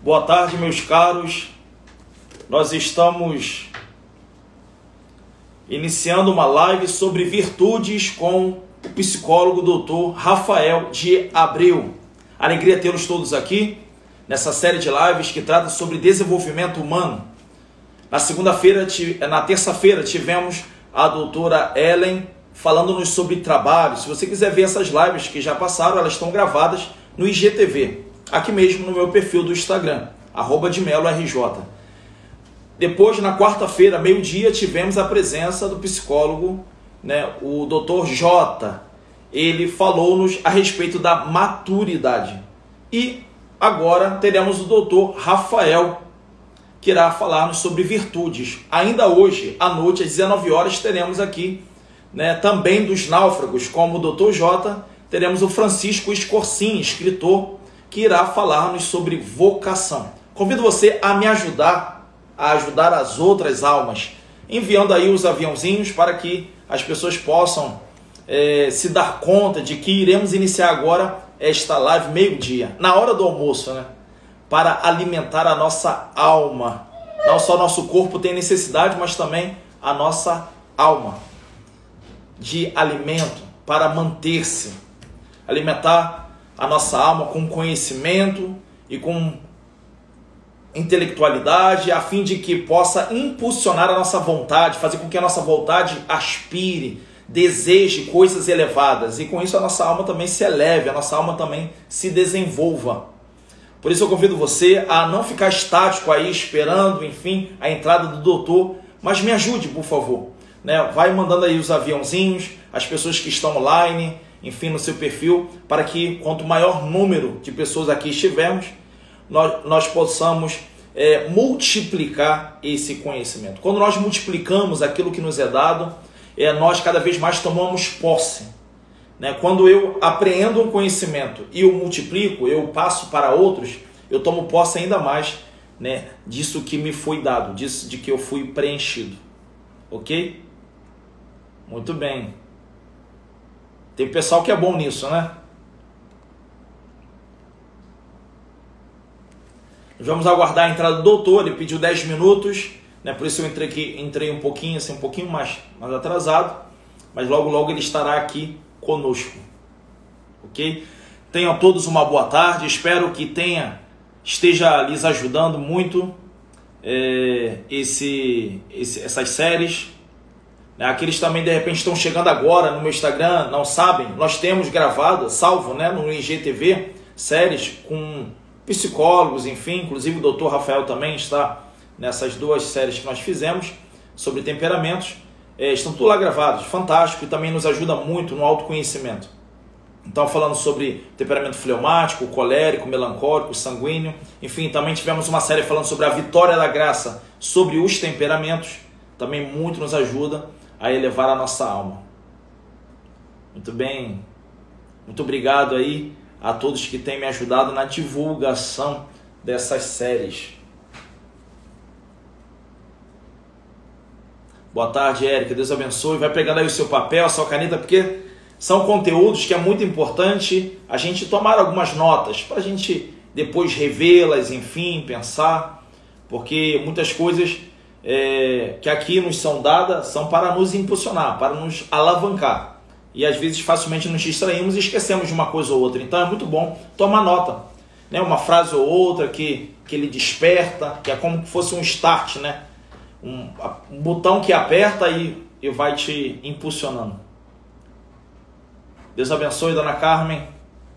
Boa tarde, meus caros. Nós estamos iniciando uma live sobre virtudes com o psicólogo Dr. Rafael de Abreu. Alegria tê-los todos aqui nessa série de lives que trata sobre desenvolvimento humano. Na terça-feira tivemos a doutora Ellen falando-nos sobre trabalho. Se você quiser ver essas lives que já passaram, elas estão gravadas no IGTV, aqui mesmo no meu perfil do Instagram, @demelorj. Depois, na quarta-feira, meio-dia, tivemos a presença do psicólogo, o Dr. J. Ele falou-nos a respeito da maturidade. E agora teremos o Dr. Rafael, que irá falar-nos sobre virtudes. Ainda hoje, à noite, às 19 horas, teremos aqui também dos náufragos, como o Dr. J. Teremos o Francisco Escorcin, escritor, que irá falar-nos sobre vocação. Convido você a me ajudar, a ajudar as outras almas, enviando aí os aviãozinhos para que as pessoas possam se dar conta de que iremos iniciar agora esta live meio-dia, na hora do almoço, para alimentar a nossa alma. Não só nosso corpo tem necessidade, mas também a nossa alma de alimento para manter-se. Alimentar a nossa alma com conhecimento e com intelectualidade, a fim de que possa impulsionar a nossa vontade, fazer com que a nossa vontade aspire, deseje coisas elevadas. E com isso a nossa alma também se eleve, a nossa alma também se desenvolva. Por isso eu convido você a não ficar estático aí esperando, enfim, a entrada do doutor, mas me ajude, por favor. Vai mandando aí os aviãozinhos, as pessoas que estão online, enfim, no seu perfil, para que quanto maior número de pessoas aqui estivermos, nós possamos multiplicar esse conhecimento. Quando nós multiplicamos aquilo que nos é dado, nós cada vez mais tomamos posse. Quando eu apreendo um conhecimento e eu multiplico, eu passo para outros, eu tomo posse ainda mais disso que me foi dado, disso de que eu fui preenchido. Ok? Muito bem. Tem pessoal que é bom nisso, Vamos aguardar a entrada do doutor. Ele pediu 10 minutos, por isso eu entrei um pouquinho mais atrasado, mas logo ele estará aqui conosco, ok? Tenham todos uma boa tarde, espero que esteja lhes ajudando muito essas séries. Aqueles também de repente estão chegando agora no meu Instagram, não sabem, nós temos gravado, salvo no IGTV, séries com psicólogos, enfim, inclusive o Dr. Rafael também está nessas duas séries que nós fizemos sobre temperamentos, estão tudo lá gravados, fantástico, e também nos ajuda muito no autoconhecimento. Então, falando sobre temperamento fleumático, colérico, melancólico, sanguíneo, enfim, também tivemos uma série falando sobre a vitória da graça, sobre os temperamentos, também muito nos ajuda a elevar a nossa alma. Muito bem, muito obrigado aí a todos que têm me ajudado na divulgação dessas séries. Boa tarde, Érica, Deus abençoe. Vai pegando aí o seu papel, a sua caneta, porque são conteúdos que é muito importante a gente tomar algumas notas, para a gente depois revê-las, enfim, pensar, porque muitas coisas que aqui nos são dadas são para nos impulsionar, para nos alavancar. E às vezes facilmente nos distraímos e esquecemos de uma coisa ou outra. Então é muito bom tomar nota. Uma frase ou outra que ele desperta, que é como se fosse um start, um botão que aperta e vai te impulsionando. Deus abençoe, Dona Carmen.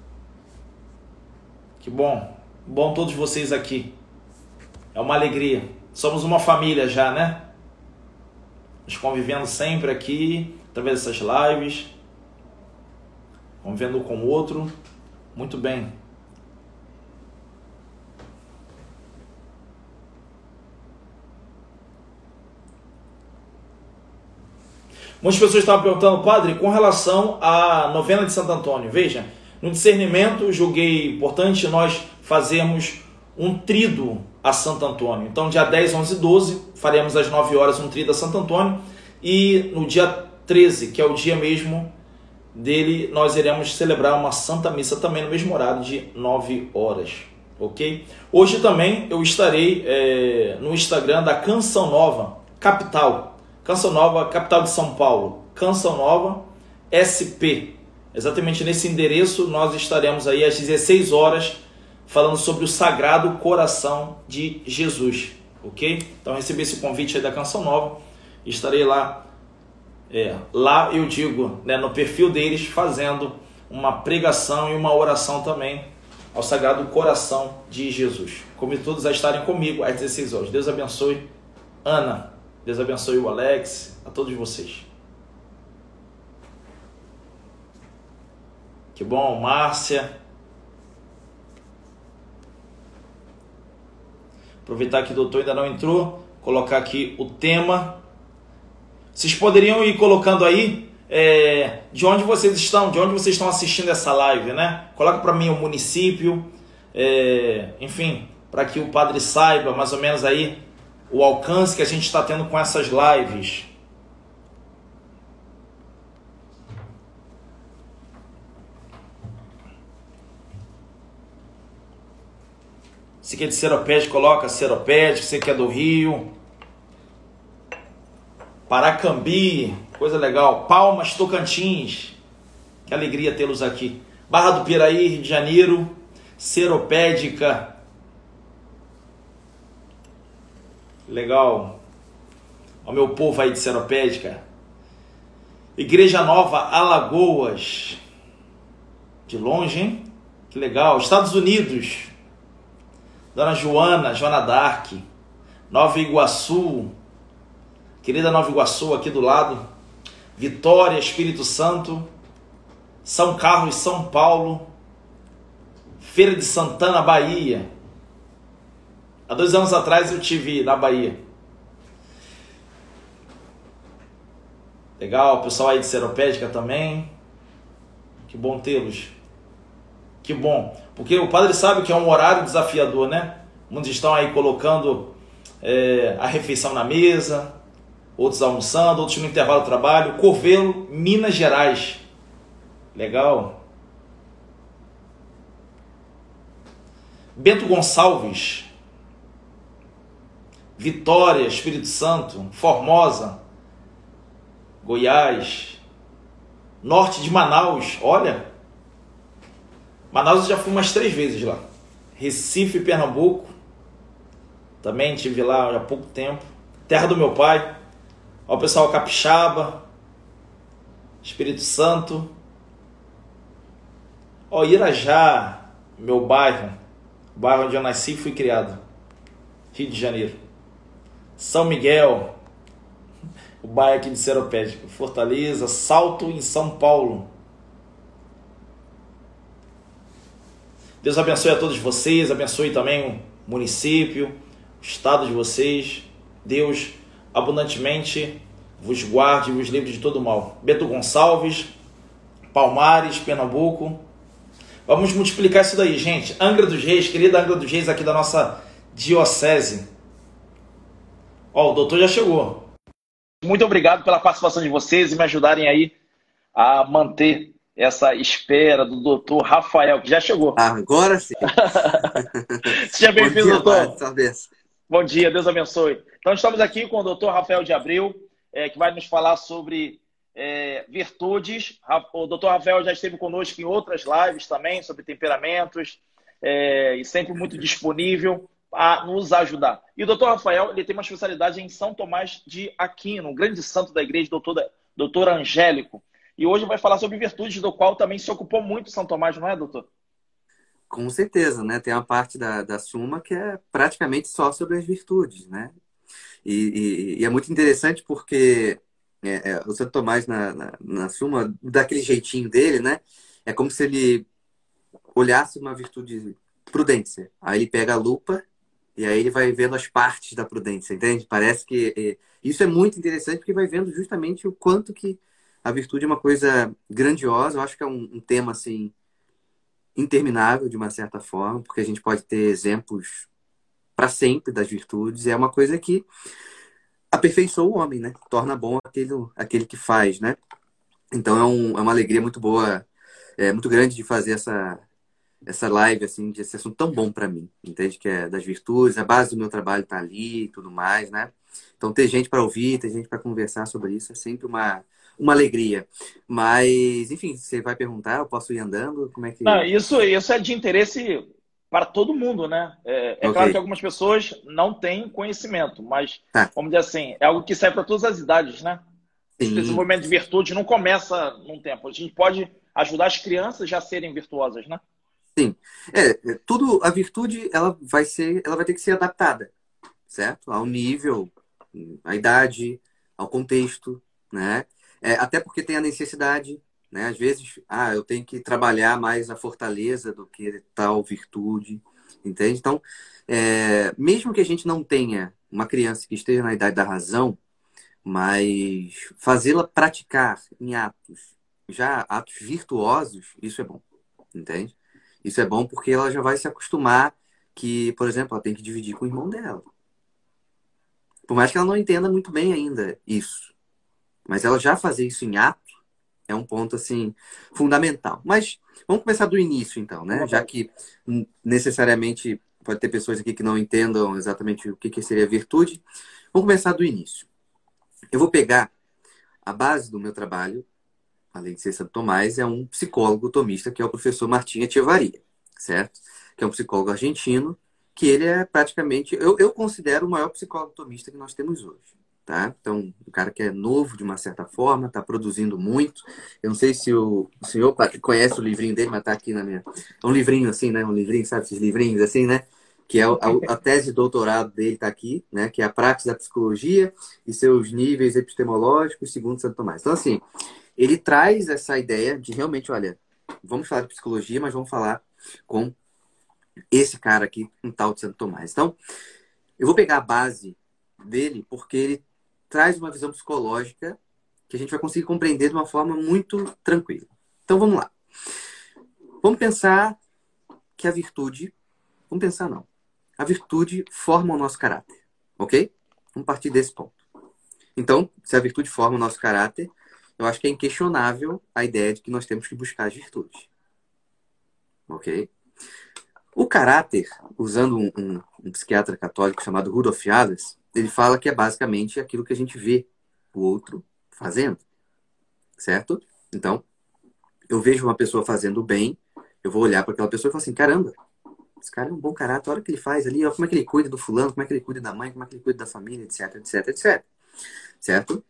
Que bom. Bom todos vocês aqui. É uma alegria. Somos uma família já, Nos convivendo sempre aqui, através dessas lives. Convivendo com o outro. Muito bem. Muitas pessoas estavam perguntando, padre, com relação à novena de Santo Antônio. Veja, no discernimento, julguei importante nós fazermos um tríduo a Santo Antônio. Então, dia 10, 11 e 12, faremos às 9 horas um tríduo a Santo Antônio. E no dia 13, que é o dia mesmo dele, nós iremos celebrar uma Santa Missa também no mesmo horário de 9 horas. ok? Hoje também eu estarei no Instagram da Canção Nova Capital. Canção Nova, capital de São Paulo. Canção Nova SP. Exatamente nesse endereço nós estaremos aí às 16 horas falando sobre o Sagrado Coração de Jesus, ok? Então recebi esse convite aí da Canção Nova, estarei lá, lá eu digo, né, no perfil deles, fazendo uma pregação e uma oração também ao Sagrado Coração de Jesus. Convido todos a estarem comigo às 16 horas. Deus abençoe Ana, Deus abençoe o Alex, a todos vocês. Que bom, Márcia. Aproveitar que o doutor ainda não entrou, colocar aqui o tema. Vocês poderiam ir colocando aí de onde vocês estão assistindo essa live, né? Coloca para mim o município, enfim, para que o padre saiba mais ou menos aí o alcance que a gente está tendo com essas lives. Se quer de Seropédica, coloca Seropédica. Você que é do Rio. Paracambi, coisa legal. Palmas, Tocantins. Que alegria tê-los aqui. Barra do Piraí, Rio de Janeiro. Seropédica. Legal. Ó, meu povo aí de Seropédica. Igreja Nova, Alagoas. De longe, hein? Que legal. Estados Unidos. Dona Joana Dark, Nova Iguaçu, querida Nova Iguaçu aqui do lado, Vitória, Espírito Santo, São Carlos, São Paulo, Feira de Santana, Bahia. Há 2 anos atrás eu estive na Bahia. Legal, pessoal aí de Seropédica também. Que bom tê-los. Que bom, porque o padre sabe que é um horário desafiador, né? Muitos estão aí colocando a refeição na mesa, outros almoçando, outros no intervalo do trabalho. Corvelo, Minas Gerais. Legal. Bento Gonçalves, Vitória, Espírito Santo, Formosa, Goiás, norte de Manaus, olha... Manaus eu já fui umas 3 vezes lá. Recife, Pernambuco. Também estive lá há pouco tempo. Terra do meu pai. Ó, o pessoal capixaba. Espírito Santo. Ó, Irajá, meu bairro. O bairro onde eu nasci e fui criado. Rio de Janeiro. São Miguel. O bairro aqui de Seropédica. Fortaleza. Salto, em São Paulo. Deus abençoe a todos vocês, abençoe também o município, o estado de vocês. Deus abundantemente vos guarde e vos livre de todo mal. Bento Gonçalves, Palmares, Pernambuco. Vamos multiplicar isso daí, gente. Angra dos Reis, querida Angra dos Reis aqui da nossa diocese. Ó, o doutor já chegou. Muito obrigado pela participação de vocês e me ajudarem aí a manter essa espera do doutor Rafael, que já chegou. Agora sim. Seja bem-vindo, doutor. Talvez. Bom dia, Deus abençoe. Então, estamos aqui com o doutor Rafael de Abreu, que vai nos falar sobre virtudes. O doutor Rafael já esteve conosco em outras lives também, sobre temperamentos, e sempre muito disponível a nos ajudar. E o doutor Rafael, ele tem uma especialidade em São Tomás de Aquino, um grande santo da igreja, doutor Angélico. E hoje vai falar sobre virtudes, do qual também se ocupou muito São Tomás, não é, doutor? Com certeza, né? Tem uma parte da Suma que é praticamente só sobre as virtudes, né? E é muito interessante porque o Santo Tomás na Suma, daquele jeitinho dele, né? É como se ele olhasse uma virtude prudência. Aí ele pega a lupa e aí ele vai vendo as partes da prudência, entende? Parece que isso é muito interessante porque vai vendo justamente o quanto que a virtude é uma coisa grandiosa. Eu acho que é um tema, assim, interminável, de uma certa forma, porque a gente pode ter exemplos para sempre das virtudes. É uma coisa que aperfeiçoa o homem, né? Torna bom aquele que faz, né? Então é uma alegria muito boa, muito grande de fazer essa live, assim, de esse assunto tão bom para mim. Entende? Que é das virtudes, a base do meu trabalho tá ali e tudo mais, né? Então, ter gente para ouvir, ter gente para conversar sobre isso é sempre uma alegria. Mas, enfim, você vai perguntar, eu posso ir andando? Como é Não, que. isso é de interesse para todo mundo, né? É Ok, claro que algumas pessoas não têm conhecimento, mas, tá. vamos dizer assim, é algo que serve para todas as idades, né? Esse Sim, desenvolvimento de virtude não começa num tempo. A gente pode ajudar as crianças já a serem virtuosas, né? sim. Tudo, a virtude, ela vai ter que ser adaptada, certo? Ao nível, à idade, ao contexto, né? Até porque tem a necessidade, né? Às vezes, eu tenho que trabalhar mais a fortaleza do que tal virtude, entende? Então, mesmo que a gente não tenha uma criança que esteja na idade da razão, mas fazê-la praticar em atos, já atos virtuosos, isso é bom, entende? Isso é bom porque ela já vai se acostumar que, por exemplo, ela tem que dividir com o irmão dela. Por mais que ela não entenda muito bem ainda isso. Mas ela já fazer isso em ato é um ponto, assim, fundamental. Mas vamos começar do início, então, À né? Já vontade. que necessariamente pode ter pessoas aqui que não entendam exatamente o que seria virtude. Vamos começar do início. Eu vou pegar a base do meu trabalho, além de ser Santo Tomás, é um psicólogo tomista, que é o professor Martim Etchevarria, certo? Que é um psicólogo argentino, que ele é praticamente, eu considero o maior psicólogo tomista que nós temos hoje. Tá? Então, um cara que é novo de uma certa forma, está produzindo muito. Eu não sei se o senhor conhece o livrinho dele, mas está aqui na minha. É um livrinho assim, né? Um livrinho, sabe? Esses livrinhos assim, né? Que é a tese de doutorado dele está aqui, né? Que é a prática da psicologia e seus níveis epistemológicos segundo Santo Tomás. Então, assim, ele traz essa ideia de realmente, olha, vamos falar de psicologia, mas vamos falar com esse cara aqui, um tal de Santo Tomás. Então, eu vou pegar a base dele porque ele traz uma visão psicológica que a gente vai conseguir compreender de uma forma muito tranquila. Então, vamos lá. Vamos pensar que a virtude... Vamos pensar, não. A virtude forma o nosso caráter, ok? Vamos partir desse ponto. Então, se a virtude forma o nosso caráter, eu acho que é inquestionável a ideia de que nós temos que buscar as virtudes. Ok? O caráter, usando um psiquiatra católico chamado Rudolf Allers, ele fala que é basicamente aquilo que a gente vê o outro fazendo, certo? Então, eu vejo uma pessoa fazendo bem, eu vou olhar para aquela pessoa e falar assim, caramba, esse cara é um bom caráter, olha o que ele faz ali, olha como é que ele cuida do fulano, como é que ele cuida da mãe, como é que ele cuida da família, etc, etc, etc. Certo?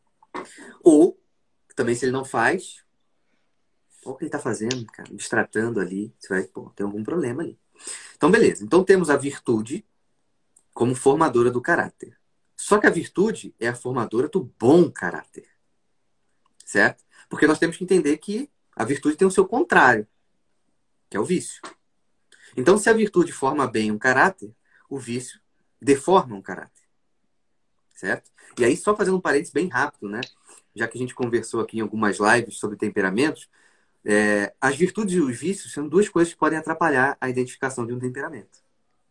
Ou, também se ele não faz, olha o que ele está fazendo, cara, destratando ali, você vai, pô, tem algum problema ali. Então, beleza. Então, temos a virtude como formadora do caráter. Só que a virtude é a formadora do bom caráter, certo? Porque nós temos que entender que a virtude tem o seu contrário, que é o vício. Então, se a virtude forma bem um caráter, o vício deforma um caráter, certo? E aí, só fazendo um parênteses bem rápido, né? Já que a gente conversou aqui em algumas lives sobre temperamentos, as virtudes e os vícios são duas coisas que podem atrapalhar a identificação de um temperamento.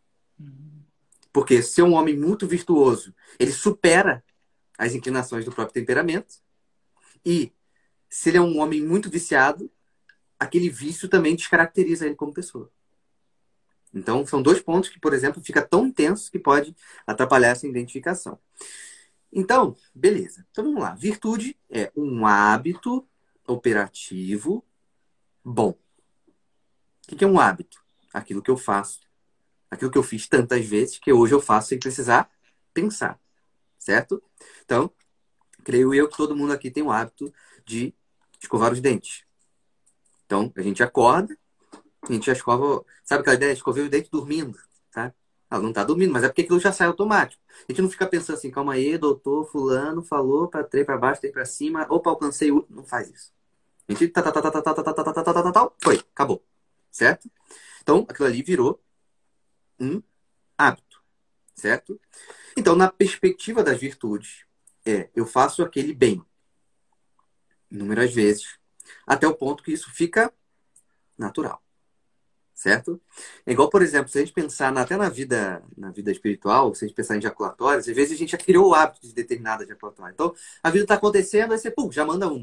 Porque se é um homem muito virtuoso, ele supera as inclinações do próprio temperamento. E se ele é um homem muito viciado, aquele vício também descaracteriza ele como pessoa. Então, são dois pontos que, por exemplo, fica tão intenso que pode atrapalhar essa identificação. Então, beleza. Então, vamos lá. Virtude é um hábito operativo bom. O que é um hábito? Aquilo que eu faço. Aquilo que eu fiz tantas vezes que hoje eu faço sem precisar pensar. Certo? Então, creio eu que todo mundo aqui tem o hábito de escovar os dentes. Então, a gente acorda, a gente já escova. Sabe aquela ideia? Escovei o dente dormindo, tá? Ela não tá dormindo, mas é porque aquilo já sai automático. A gente não fica pensando assim, calma aí, doutor, fulano, falou para três para baixo, três para cima, opa, alcancei o. Não faz isso. A gente foi, acabou. Certo? Então, aquilo ali virou um hábito, certo? Então, na perspectiva das virtudes, eu faço aquele bem inúmeras vezes, até o ponto que isso fica natural, certo? É igual, por exemplo, se a gente pensar até na vida espiritual, se a gente pensar em ejaculatórios, às vezes a gente já criou o hábito de determinada ejaculatória. Então, a vida está acontecendo, aí você, pum, já manda uma,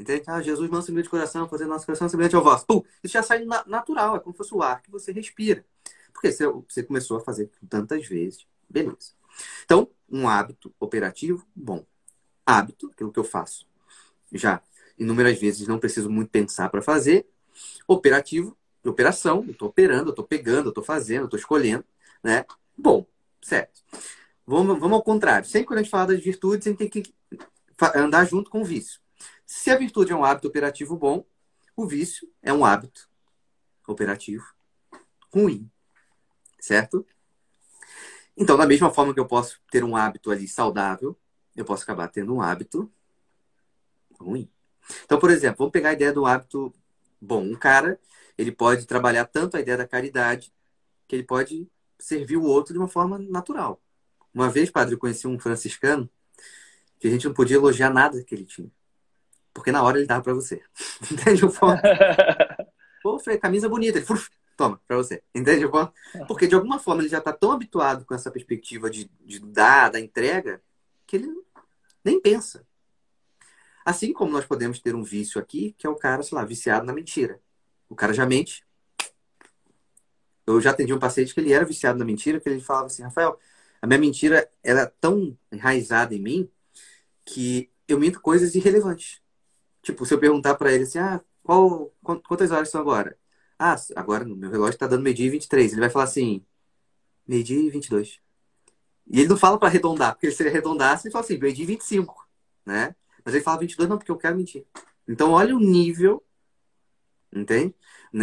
Entende? Ah, Jesus, manso e humilde de coração, fazendo nosso coração semelhante ao vosso. Pum, isso já sai natural, é como se fosse o ar que você respira. Porque você começou a fazer tantas vezes. Beleza. Então, um hábito operativo, bom. Hábito, aquilo que eu faço já inúmeras vezes, não preciso muito pensar para fazer. Operativo, operação, eu estou operando, eu estou pegando, eu estou fazendo, eu estou escolhendo, né? Bom, certo. Vamos ao contrário. Sempre quando a gente fala das virtudes, a gente tem que andar junto com o vício. Se a virtude é um hábito operativo bom, o vício é um hábito operativo ruim, certo? Então, da mesma forma que eu posso ter um hábito ali saudável, eu posso acabar tendo um hábito ruim. Então, por exemplo, vamos pegar a ideia do hábito bom. Um cara, ele pode trabalhar tanto a ideia da caridade que ele pode servir o outro de uma forma natural. Uma vez, padre, eu conheci um franciscano que a gente não podia elogiar nada que ele tinha. Porque na hora ele dava pra você. Entende o ponto? Pô, Frei, camisa bonita. Ele, toma, pra você. Entende o ponto? Porque de alguma forma ele já tá tão habituado com essa perspectiva de dar, da entrega, que ele nem pensa. Assim como nós podemos ter um vício aqui, que é o cara, sei lá, viciado na mentira. O cara já mente. Eu já atendi um paciente que ele era viciado na mentira, que ele falava assim, Rafael, a minha mentira ela é tão enraizada em mim que eu minto coisas irrelevantes. Tipo, se eu perguntar pra ele assim, quantas horas são agora? Ah, agora no meu relógio tá dando meio-dia e 23. Ele vai falar assim, meio-dia e 22. E ele não fala pra arredondar, porque se ele arredondasse, ele fala assim, meio-dia e 25, né? Mas ele fala 22, não, porque eu quero mentir. Então, olha o nível, entende?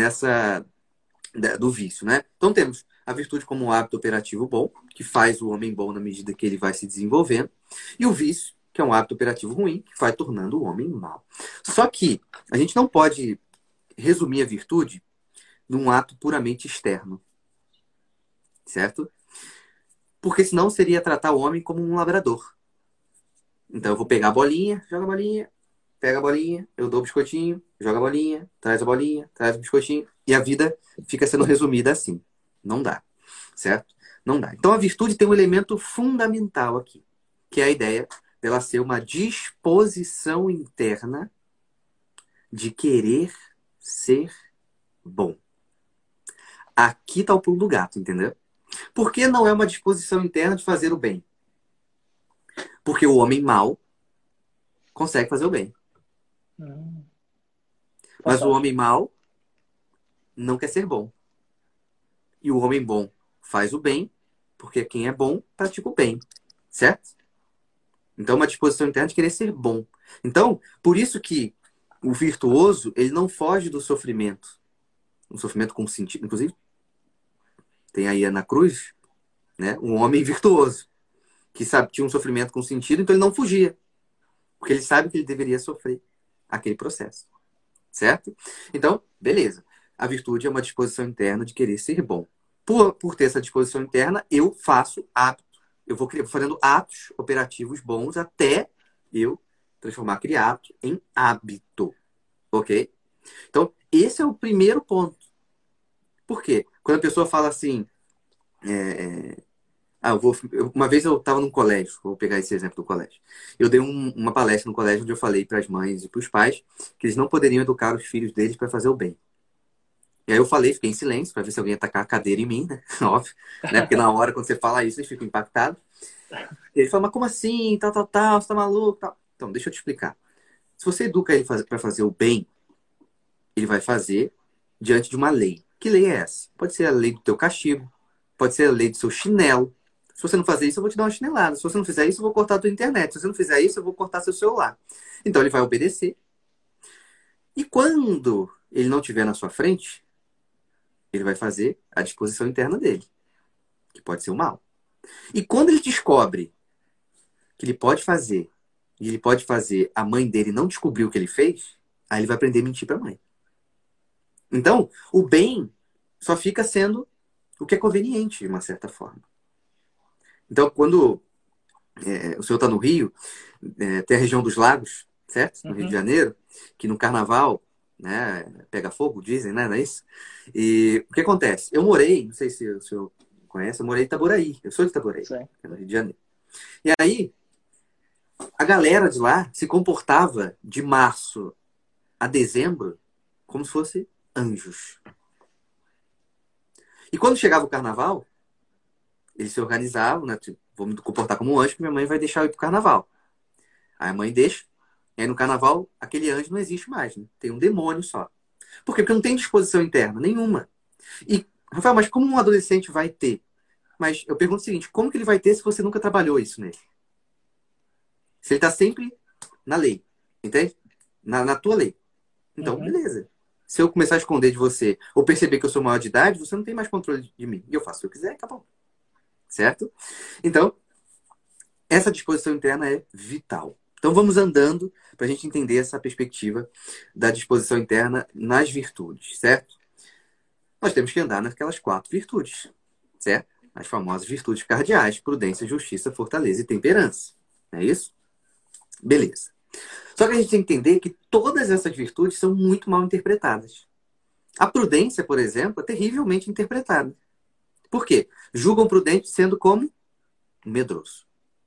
Do vício, né? Então, temos a virtude como um hábito operativo bom, que faz o homem bom na medida que ele vai se desenvolvendo, e o vício, que é um hábito operativo ruim, que vai tornando o homem mau. Só que a gente não pode resumir a virtude num ato puramente externo, certo? Porque senão seria tratar o homem como um labrador. Então eu vou pegar a bolinha, joga a bolinha, pega a bolinha, eu dou o biscoitinho, joga a bolinha, traz o biscoitinho, e a vida fica sendo resumida assim. Não dá, certo? Não dá. Então a virtude tem um elemento fundamental aqui, que é a ideia dela ser uma disposição interna de querer ser bom. Aqui tá o pulo do gato, entendeu? Por que não é uma disposição interna de fazer o bem? Porque o homem mau consegue fazer o bem. Mas o homem mau não quer ser bom. E o homem bom faz o bem, porque quem é bom pratica o bem. Certo? Então, uma disposição interna de querer ser bom. Então, por isso que o virtuoso, ele não foge do sofrimento. Um sofrimento com sentido. Inclusive, tem aí Ana Cruz, né? Um homem virtuoso, que sabe, tinha um sofrimento com sentido, então ele não fugia. Porque ele sabe que ele deveria sofrer aquele processo. Certo? Então, beleza. A virtude é uma disposição interna de querer ser bom. Por ter essa disposição interna, eu faço hábito. Eu vou fazendo atos operativos bons até eu transformar aquele ato em hábito. Ok? Então, esse é o primeiro ponto. Por quê? Quando a pessoa fala assim... uma vez eu estava num colégio, vou pegar esse exemplo do colégio. Eu dei uma palestra no colégio onde eu falei para as mães e para os pais que eles não poderiam educar os filhos deles para fazer o bem. E aí eu falei, fiquei em silêncio para ver se alguém ia tacar a cadeira em mim, né? Óbvio, né? Porque na hora, quando você fala isso, eles ficam impactados. E ele fala, mas como assim? Tal, você tá maluco? Tal. Então, deixa eu te explicar. Se você educa ele para fazer o bem, ele vai fazer diante de uma lei. Que lei é essa? Pode ser a lei do teu castigo, pode ser a lei do seu chinelo. Se você não fazer isso, eu vou te dar uma chinelada. Se você não fizer isso, eu vou cortar a tua internet. Se você não fizer isso, eu vou cortar seu celular. Então, ele vai obedecer. E quando ele não estiver na sua frente, ele vai fazer a disposição interna dele, que pode ser o mal. E quando ele descobre que ele pode fazer, e ele pode fazer, a mãe dele não descobriu o que ele fez, aí ele vai aprender a mentir para a mãe. Então, o bem só fica sendo o que é conveniente, de uma certa forma. Então, quando o senhor está no Rio, tem a região dos lagos, certo? No Rio de Janeiro, que no carnaval, né, pega fogo, dizem, né? Não é isso? E o que acontece? Eu morei, não sei se o senhor conhece, eu morei em Itaboraí. Eu sou de Itaboraí, no Rio de Janeiro. E aí, a galera de lá se comportava de março a dezembro como se fosse anjos. E quando chegava o carnaval, eles se organizavam, né? Tipo, vou me comportar como um anjo, que minha mãe vai deixar eu ir pro carnaval. Aí a mãe deixa, e aí no carnaval, aquele anjo não existe mais, né? Tem um demônio só. Por quê? Porque não tem disposição interna nenhuma. E, Rafael, mas como um adolescente vai ter? Mas eu pergunto o seguinte, como que ele vai ter se você nunca trabalhou isso nele? Se ele está sempre na lei, entende? Na tua lei. Então, Uhum. beleza. Se eu começar a esconder de você, ou perceber que eu sou maior de idade, você não tem mais controle de mim. E eu faço o que eu quiser, acabou. Certo? Então, essa disposição interna é vital. Então, vamos andando para a gente entender essa perspectiva da disposição interna nas virtudes, certo? Nós temos que andar naquelas 4 virtudes, certo? As famosas virtudes cardeais: prudência, justiça, fortaleza e temperança. É isso? Beleza. Só que a gente tem que entender que todas essas virtudes são muito mal interpretadas. A prudência, por exemplo, é terrivelmente interpretada. Por quê? Julgam prudente sendo como medroso.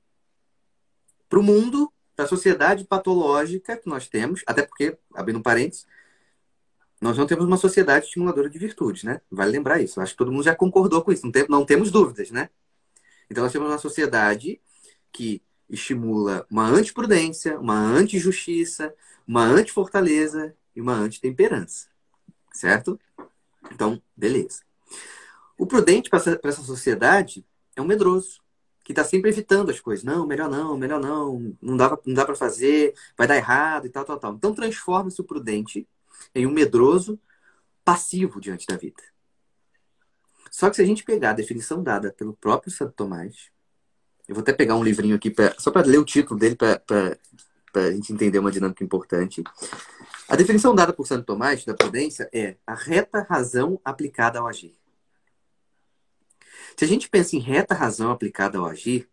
Para o mundo, para a sociedade patológica que nós temos, até porque, abrindo um parênteses, nós não temos uma sociedade estimuladora de virtudes, né? Vale lembrar isso. Acho que todo mundo já concordou com isso. Não temos dúvidas, né? Então, nós temos uma sociedade que estimula uma antiprudência, uma antijustiça, uma antifortaleza e uma antitemperança. Certo? Então, beleza. O prudente para essa sociedade é um medroso, que está sempre evitando as coisas. Não, melhor não dá para fazer, vai dar errado e tal, tal, tal. Então, transforma-se o prudente em um medroso passivo diante da vida. Só que se a gente pegar a definição dada pelo próprio Santo Tomás, eu vou até pegar um livrinho aqui só para ler o título dele, para a gente entender uma dinâmica importante. A definição dada por Santo Tomás da prudência é a reta razão aplicada ao agir. Se a gente pensa em reta razão aplicada ao agir,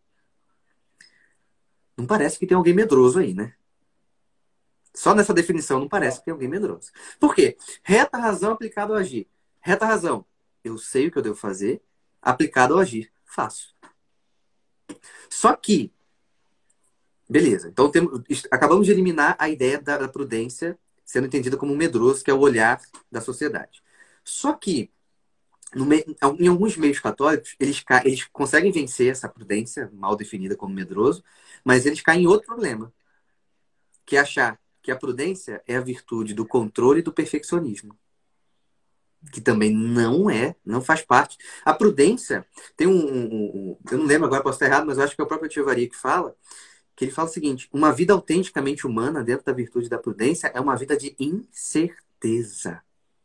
não parece que tem alguém medroso aí, né? Só nessa definição não parece que tem alguém medroso. Por quê? Reta razão aplicada ao agir. Reta razão, eu sei o que eu devo fazer, aplicado ao agir, faço. Só que, beleza, então acabamos de eliminar a ideia da prudência sendo entendida como um medroso, que é o olhar da sociedade. Só que, em alguns meios católicos, eles conseguem vencer essa prudência, mal definida como medroso, mas eles caem em outro problema, que é achar que a prudência é a virtude do controle e do perfeccionismo. Que também não faz parte. A prudência tem eu não lembro agora, posso estar errado, mas eu acho que é o próprio Echevarria que ele fala o seguinte: uma vida autenticamente humana dentro da virtude da prudência é uma vida de incerteza.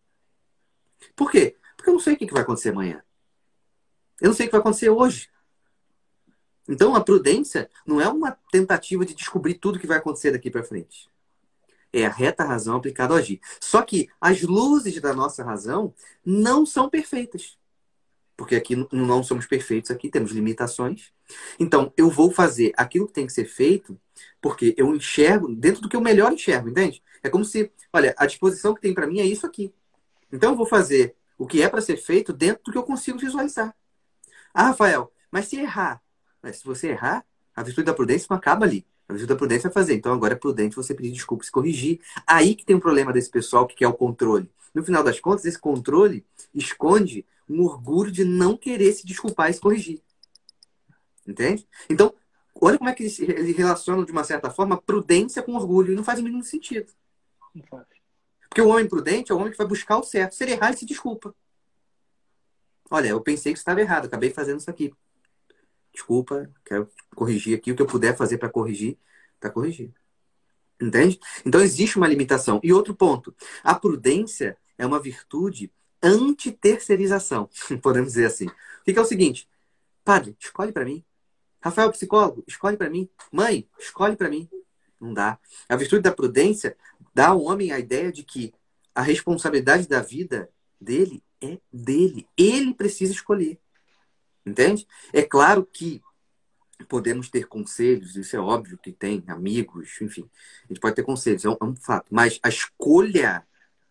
Por quê? Porque eu não sei o que vai acontecer amanhã. Eu não sei o que vai acontecer hoje. Então, a prudência não é uma tentativa de descobrir tudo que vai acontecer daqui para frente. É a reta razão aplicada ao agir. Só que as luzes da nossa razão não são perfeitas. Porque aqui não somos perfeitos, aqui temos limitações. Então, eu vou fazer aquilo que tem que ser feito porque eu enxergo dentro do que eu melhor enxergo, entende? É como se, olha, a disposição que tem para mim é isso aqui. Então, eu vou fazer o que é para ser feito dentro do que eu consigo visualizar. Ah, Rafael, mas se errar? Mas se você errar, a virtude da prudência não acaba ali. A virtude da prudência vai fazer. Então, agora é prudente você pedir desculpa e se corrigir. Aí que tem um problema desse pessoal que quer o controle. No final das contas, esse controle esconde um orgulho de não querer se desculpar e se corrigir. Entende? Então, olha como é que eles relacionam, de uma certa forma, prudência com orgulho. E não faz o mínimo sentido. Não faz. Porque o homem prudente é o homem que vai buscar o certo. Se ele errar, ele se desculpa. Olha, eu pensei que estava errado. Acabei fazendo isso aqui. Desculpa, quero corrigir aqui o que eu puder fazer para corrigir, para corrigir. Entende? Então existe uma limitação. E outro ponto, a prudência é uma virtude anti-terceirização, podemos dizer assim. O que é o seguinte? Padre, escolhe para mim. Rafael, psicólogo, escolhe para mim. Mãe, escolhe para mim. Não dá. A virtude da prudência dá ao homem a ideia de que a responsabilidade da vida dele é dele. Ele precisa escolher. Entende? É claro que podemos ter conselhos, isso é óbvio que tem, amigos, enfim. A gente pode ter conselhos, é um fato. Mas a escolha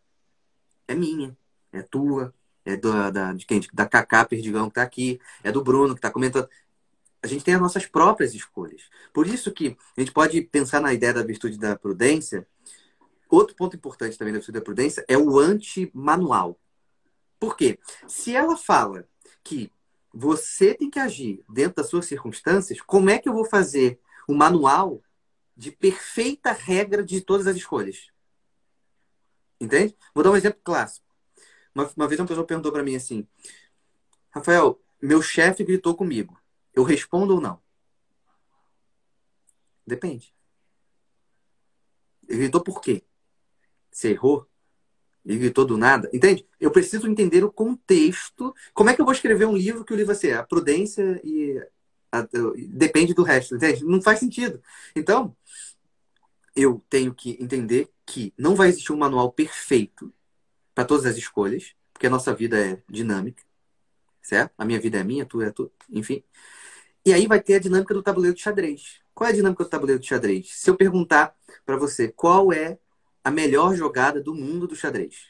é minha, é tua, é de quem? Da Cacá Perdigão que está aqui, é do Bruno que está comentando. A gente tem as nossas próprias escolhas. Por isso que a gente pode pensar na ideia da virtude da prudência outro ponto importante também da virtude da prudência é o anti-manual. Por quê? Se ela fala que você tem que agir dentro das suas circunstâncias, como é que eu vou fazer o manual de perfeita regra de todas as escolhas? Entende? Vou dar um exemplo clássico. Uma vez uma pessoa perguntou para mim assim: Rafael, meu chefe gritou comigo. Eu respondo ou não? Depende. Ele gritou por quê? Você errou? Ele gritou do nada? Entende? Eu preciso entender o contexto. Como é que eu vou escrever um livro que o livro vai ser a prudência depende do resto, entende? Não faz sentido. Então, eu tenho que entender que não vai existir um manual perfeito para todas as escolhas, porque a nossa vida é dinâmica, certo? A minha vida é minha, tu é tu, enfim. E aí vai ter a dinâmica do tabuleiro de xadrez. Qual é a dinâmica do tabuleiro de xadrez? Se eu perguntar para você qual é a melhor jogada do mundo do xadrez,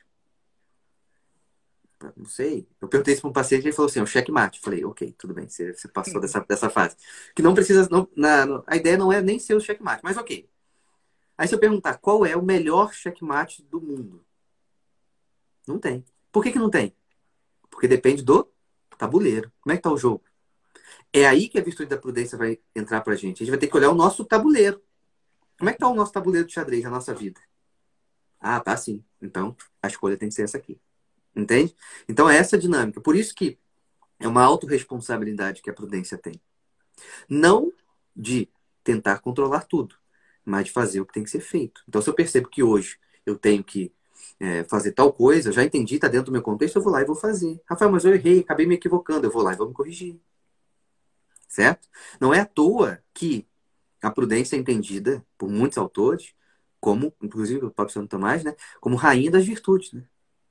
não sei. Eu perguntei isso para um paciente e ele falou assim: é o checkmate. Eu falei, ok, tudo bem, você passou dessa fase. Que não precisa. A ideia não é nem ser o checkmate, mas ok. Aí se eu perguntar qual é o melhor checkmate do mundo, não tem. Por que não tem? Porque depende do tabuleiro. Como é que tá o jogo? É aí que a virtude da prudência vai entrar pra gente. A gente vai ter que olhar o nosso tabuleiro. Como é que tá o nosso tabuleiro de xadrez, a nossa vida? Ah, tá sim. Então, a escolha tem que ser essa aqui. Entende? Então, é essa dinâmica. Por isso que é uma autorresponsabilidade que a prudência tem. Não de tentar controlar tudo, mas de fazer o que tem que ser feito. Então, se eu percebo que hoje eu tenho que fazer tal coisa, eu já entendi, está dentro do meu contexto, eu vou lá e vou fazer. Rafael, mas eu errei, acabei me equivocando. Eu vou lá e vou me corrigir. Certo? Não é à toa que a prudência é entendida por muitos autores, como, inclusive o próprio Santo Tomás, né, como rainha das virtudes. Né?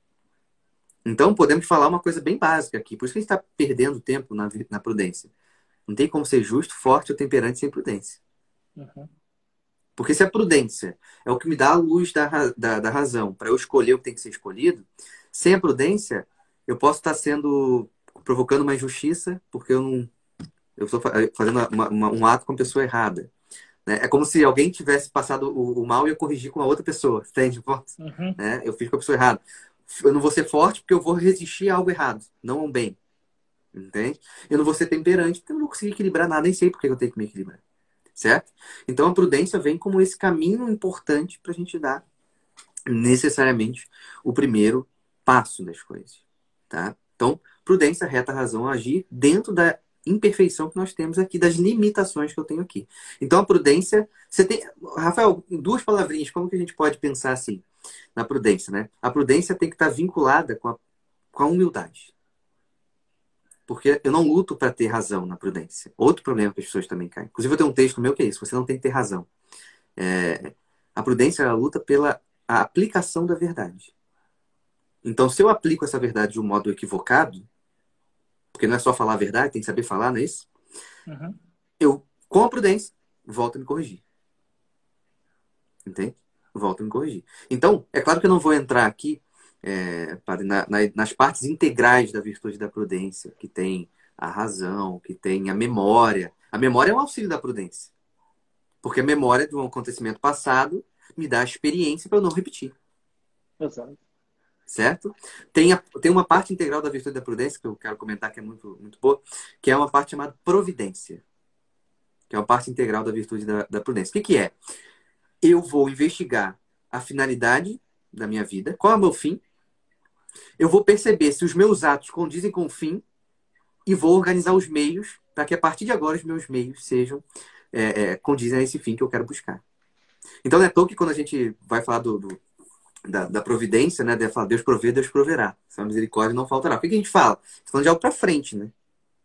Então, podemos falar uma coisa bem básica aqui. Por isso que a gente está perdendo tempo na prudência. Não tem como ser justo, forte ou temperante sem prudência. Uhum. Porque se a prudência é o que me dá a luz da razão para eu escolher o que tem que ser escolhido, sem a prudência, eu posso estar provocando uma injustiça porque eu estou fazendo um ato com a pessoa errada. Né? É como se alguém tivesse passado o mal e eu corrigir com a outra pessoa. Entende? Uhum. Né? Eu fiz com a pessoa errada. Eu não vou ser forte porque eu vou resistir a algo errado, não a um bem. Entende? Eu não vou ser temperante porque eu não vou conseguir equilibrar nada, nem sei por que eu tenho que me equilibrar. Certo? Então a prudência vem como esse caminho importante para a gente dar necessariamente o primeiro passo das coisas. Tá? Então, prudência, reta, razão, agir dentro da imperfeição que nós temos aqui, das limitações que eu tenho aqui. Então a prudência, você tem. Rafael, em duas palavrinhas, como que a gente pode pensar assim na prudência, né? A prudência tem que estar vinculada com a humildade. Porque eu não luto para ter razão na prudência. Outro problema que as pessoas também caem. Inclusive, eu tenho um texto meu que é isso: você não tem que ter razão. A prudência é a luta pela a aplicação da verdade. Então, se eu aplico essa verdade de um modo equivocado, porque não é só falar a verdade, tem que saber falar, não é isso? Uhum. Eu, com a prudência, volto a me corrigir. Entende? Volto a me corrigir. Então, é claro que eu não vou entrar aqui nas partes integrais da virtude da prudência, que tem a razão, que tem a memória. A memória é um auxílio da prudência. Porque a memória de um acontecimento passado me dá a experiência para eu não repetir. Exato. Certo? Tem uma parte integral da virtude da prudência, que eu quero comentar que é muito, muito boa, que é uma parte chamada providência. Que é uma parte integral da virtude da prudência. O que é? Eu vou investigar a finalidade da minha vida, qual é o meu fim, eu vou perceber se os meus atos condizem com o fim e vou organizar os meios para que a partir de agora os meus meios sejam condizem a esse fim que eu quero buscar. Então não é à toa que quando a gente vai falar da providência, né, de falar Deus provê, Deus proverá. Sua misericórdia não faltará. Por que a gente fala? Estou falando de algo para frente, né?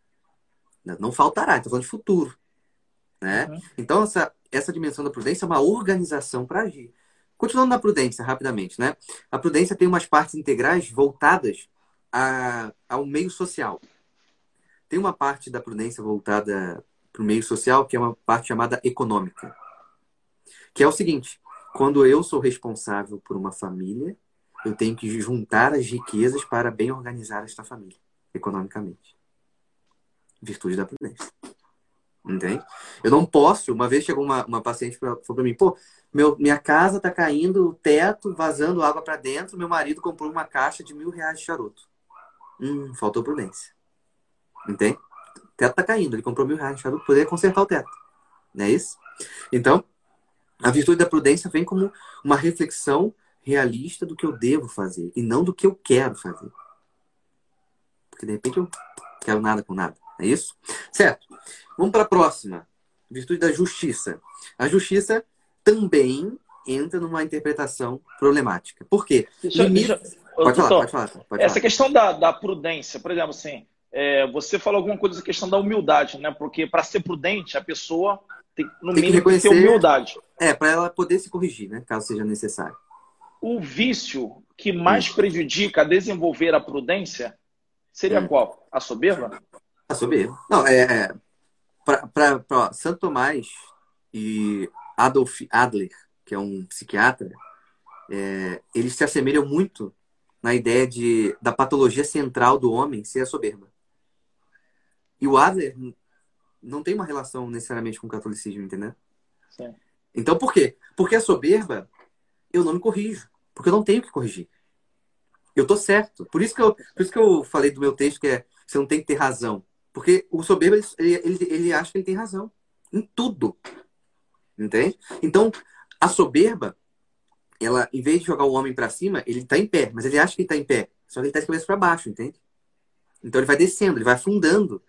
Não faltará, estou falando de futuro. Né? Uhum. Então essa dimensão da prudência é uma organização para agir. Continuando na prudência, rapidamente, né? A prudência tem umas partes integrais voltadas ao meio social. Tem uma parte da prudência voltada para o meio social, que é uma parte chamada econômica. Que é o seguinte: quando eu sou responsável por uma família, eu tenho que juntar as riquezas para bem organizar esta família, economicamente. Virtude da prudência. Entende? Eu não posso. Uma vez chegou uma paciente falou para mim: pô, Minha casa tá caindo, o teto vazando água para dentro. Meu marido comprou uma caixa de R$ 1.000 de charuto. Faltou prudência. Entende? O teto tá caindo. Ele comprou R$ 1.000 de charuto para poder consertar o teto. Não é isso? Então, a virtude da prudência vem como uma reflexão realista do que eu devo fazer e não do que eu quero fazer. Porque de repente eu quero nada com nada. É isso? Certo. Vamos para a próxima. Virtude da justiça. A justiça também entra numa interpretação problemática. Por quê? Ô, Pode falar, doutor, pode falar. Pode essa falar. questão da prudência, por exemplo, assim, você falou alguma coisa da questão da humildade, né? Porque para ser prudente, a pessoa tem, no Tem que mínimo, tem que ter reconhecer, humildade. para ela poder se corrigir, né? Caso seja necessário. O vício que Hum, mais prejudica a desenvolver a prudência seria hum. qual? A soberba? A soberba. Não, para Santo Tomás e Adolf Adler, que é um psiquiatra, eles se assemelham muito na ideia da patologia central do homem ser a soberba. E o Adler não tem uma relação necessariamente com o catolicismo, entendeu? Sim. Então, por quê? Porque a soberba, eu não me corrijo. Porque eu não tenho que corrigir. Eu tô certo. Por isso que eu falei do meu texto que você não tem que ter razão. Porque o soberbo, ele acha que ele tem razão. Em tudo. Entende? Então, a soberba, ela, em vez de jogar o homem para cima, ele tá em pé. Mas ele acha que ele tá em pé. Só que ele tá de cabeça para baixo, entende? Então ele vai descendo, ele vai afundando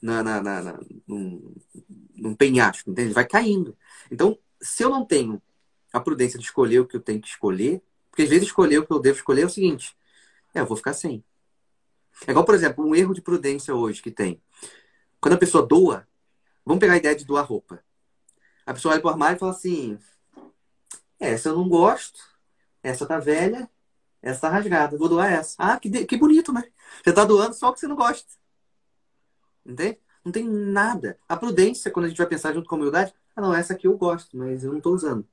num penhasco, entende? Ele vai caindo. Então, se eu não tenho a prudência de escolher o que eu tenho que escolher, porque às vezes escolher o que eu devo escolher é o seguinte, eu vou ficar sem. É igual, por exemplo, um erro de prudência hoje que tem. Quando a pessoa doa, vamos pegar a ideia de doar roupa. A pessoa olha pro armário e fala assim, essa eu não gosto, essa tá velha, essa tá rasgada, vou doar essa. Ah, que bonito, né? Você tá doando só o que você não gosta. Entende? Não tem nada. A prudência, quando a gente vai pensar junto com a humildade, não, essa aqui eu gosto, mas eu não tô usando.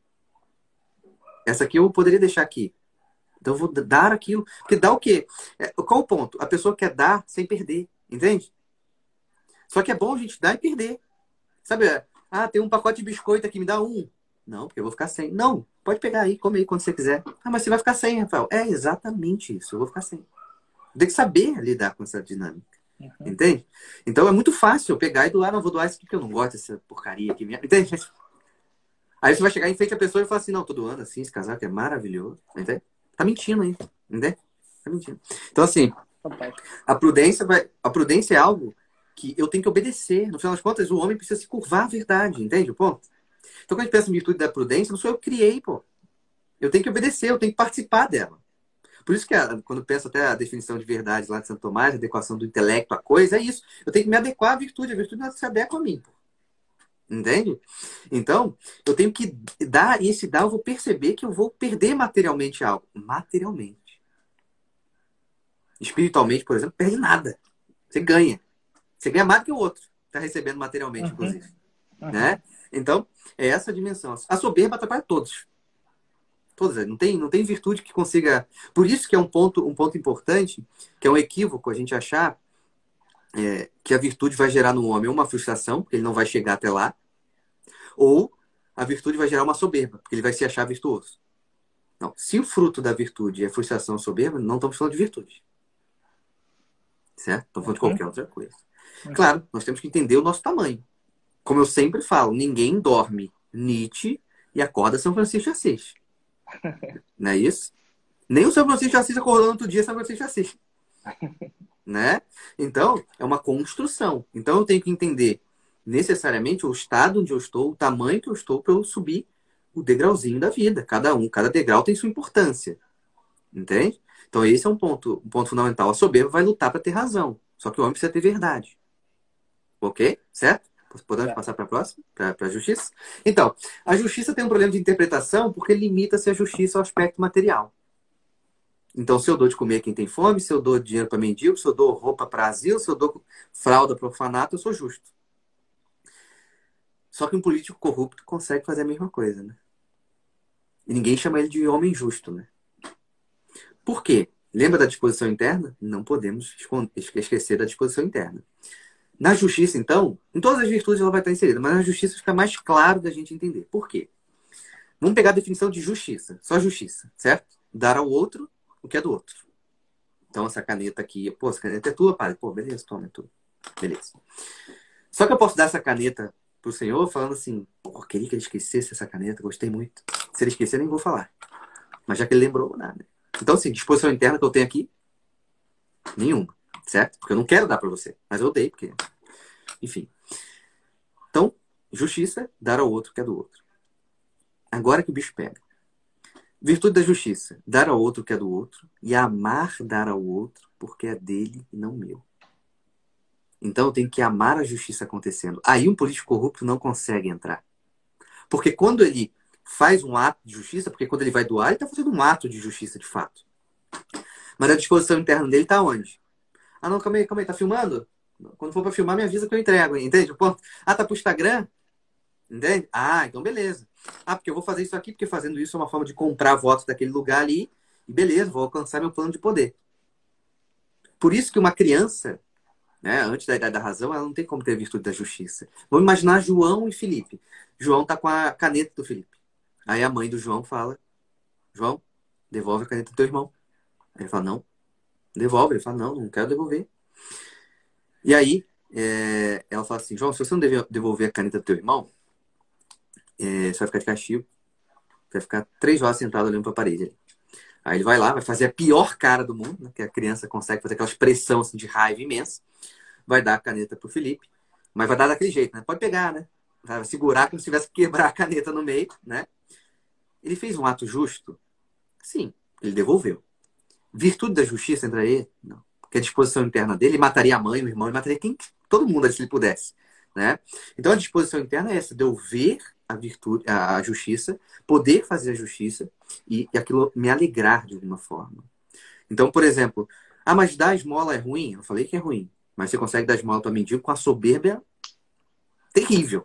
Essa aqui eu poderia deixar aqui. Então eu vou dar aquilo. Porque dá o quê? Qual o ponto? A pessoa quer dar sem perder. Entende? Só que é bom a gente dar e perder. Sabe? Tem um pacote de biscoito aqui, me dá um. Não, porque eu vou ficar sem. Não, pode pegar aí, come aí quando você quiser. Mas você vai ficar sem, Rafael. É exatamente isso, eu vou ficar sem. Tem que saber lidar com essa dinâmica. Uhum. Entende? Então é muito fácil eu pegar e doar. Não, vou doar isso aqui porque eu não gosto dessa porcaria aqui mesmo. Entende? Aí você vai chegar em frente à pessoa e falar assim, não, tô doando assim, esse casaco é maravilhoso. Entende? Tá mentindo aí. Entende? Tá mentindo. Então, assim, a prudência é algo que eu tenho que obedecer. No final das contas, o homem precisa se curvar à verdade. Entende o ponto? Então, quando a gente pensa em virtude da prudência, não sou eu que criei, pô. Eu tenho que obedecer, eu tenho que participar dela. Por isso que quando eu penso até a definição de verdade lá de Santo Tomás, a adequação do intelecto à coisa, é isso. Eu tenho que me adequar à virtude. A virtude não se adequa a mim, pô. Entende? Então, eu tenho que dar, e esse dar eu vou perceber que eu vou perder materialmente algo. Materialmente. Espiritualmente, por exemplo, perde nada. Você ganha. Você ganha mais do que o outro. Está recebendo materialmente, inclusive. Uhum. Né? Então, é essa a dimensão. A soberba atrapalha todos. Todos. Não tem virtude que consiga... Por isso que é um ponto importante, que é um equívoco a gente achar que a virtude vai gerar no homem uma frustração, porque ele não vai chegar até lá, ou a virtude vai gerar uma soberba, porque ele vai se achar virtuoso. Não. Se o fruto da virtude é frustração ou soberba, não estamos falando de virtude. Certo? Estamos falando de qualquer outra coisa. Claro, nós temos que entender o nosso tamanho. Como eu sempre falo, ninguém dorme Nietzsche e acorda São Francisco de Assis. Não é isso? Nem o São Francisco de Assis acordou no outro dia São Francisco de Assis. Né? Então, é uma construção. Então, eu tenho que entender necessariamente o estado onde eu estou, o tamanho que eu estou para eu subir o degrauzinho da vida. Cada degrau tem sua importância. Entende? Então, esse é um ponto fundamental. A soberba vai lutar para ter razão. Só que o homem precisa ter verdade. Ok? Certo? Podemos passar para a próxima? Para a justiça? Então, a justiça tem um problema de interpretação porque limita-se a justiça ao aspecto material. Então, se eu dou de comer a quem tem fome, se eu dou dinheiro para mendigo, se eu dou roupa para asilo, se eu dou fralda para orfanato, eu sou justo. Só que um político corrupto consegue fazer a mesma coisa, né? E ninguém chama ele de homem justo, né? Por quê? Lembra da disposição interna? Não podemos esquecer da disposição interna. Na justiça, então, em todas as virtudes ela vai estar inserida, mas na justiça fica mais claro da gente entender. Por quê? Vamos pegar a definição de justiça. Só justiça, certo? Dar ao outro o que é do outro. Então, essa caneta aqui... Pô, essa caneta é tua, padre. Pô, beleza, toma, é tua. Beleza. Só que eu posso dar essa caneta pro senhor falando assim, pô, queria que ele esquecesse essa caneta, gostei muito. Se ele esquecer, nem vou falar. Mas já que ele lembrou, nada. Então, assim, disposição interna que eu tenho aqui, nenhuma, certo? Porque eu não quero dar pra você. Mas eu dei, porque... Enfim. Então, justiça, dar ao outro o que é do outro. Agora que o bicho pega. Virtude da justiça, dar ao outro o que é do outro e amar dar ao outro porque é dele e não meu. Então eu tenho que amar a justiça acontecendo. Aí um político corrupto não consegue entrar. Porque quando ele faz um ato de justiça, porque quando ele vai doar, ele está fazendo um ato de justiça de fato. Mas a disposição interna dele está onde? Ah, não, calma aí, tá filmando? Quando for para filmar, me avisa que eu entrego, entende? Ah, tá pro Instagram? Entende? Ah, então beleza. Ah, porque eu vou fazer isso aqui, porque fazendo isso é uma forma de comprar votos daquele lugar ali. E beleza, vou alcançar meu plano de poder. Por isso que uma criança, né, antes da idade da razão, ela não tem como ter virtude da justiça. Vamos imaginar João e Felipe. João tá com a caneta do Felipe. Aí a mãe do João fala, João, devolve a caneta do teu irmão. Ele fala, não, devolve. Ele fala, não, não quero devolver. E aí, ela fala assim, João, se você não devolver a caneta do teu irmão, você vai ficar de castigo. Vai ficar 3 horas sentado olhando pra parede. Aí ele vai lá, vai fazer a pior cara do mundo, né, que a criança consegue fazer aquela expressão assim, de raiva imensa. Vai dar a caneta pro Felipe, mas vai dar daquele jeito, né? Pode pegar, né? Vai segurar como se tivesse que quebrar a caneta no meio, né? Ele fez um ato justo? Sim, ele devolveu. Virtude da justiça entra aí? Não. Porque a disposição interna dele mataria a mãe, o irmão, ele mataria todo mundo se ele pudesse, né? Então a disposição interna é essa, de eu ver a virtude, a justiça, poder fazer a justiça e aquilo me alegrar de alguma forma. Então, por exemplo, mas dar esmola é ruim? Eu falei que é ruim. Mas você consegue dar esmola para mendigo com a soberba terrível.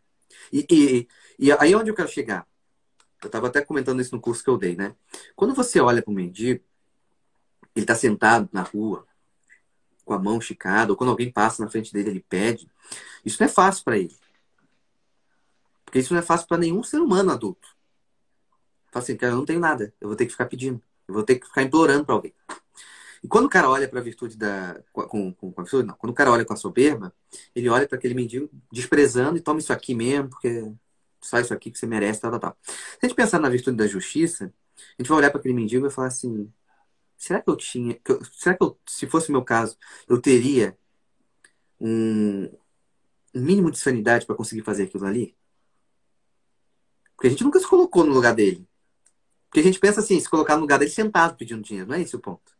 E aí onde eu quero chegar? Eu estava até comentando isso no curso que eu dei, né? Quando você olha para o mendigo, ele está sentado na rua, com a mão esticada, ou quando alguém passa na frente dele, ele pede. Isso não é fácil para ele. Porque isso não é fácil para nenhum ser humano adulto. Fala assim, cara, eu não tenho nada. Eu vou ter que ficar pedindo. Eu vou ter que ficar implorando para alguém. E quando o cara olha para a virtude com a virtude, não. Quando o cara olha com a soberba, ele olha para aquele mendigo desprezando e toma isso aqui mesmo, porque só isso aqui que você merece, tal, tal, tal. Se a gente pensar na virtude da justiça, a gente vai olhar para aquele mendigo e vai falar assim, será que eu tinha... será que se fosse o meu caso, eu teria um mínimo de sanidade para conseguir fazer aquilo ali? Porque a gente nunca se colocou no lugar dele. Porque a gente pensa assim, se colocar no lugar dele sentado pedindo dinheiro. Não é esse o ponto.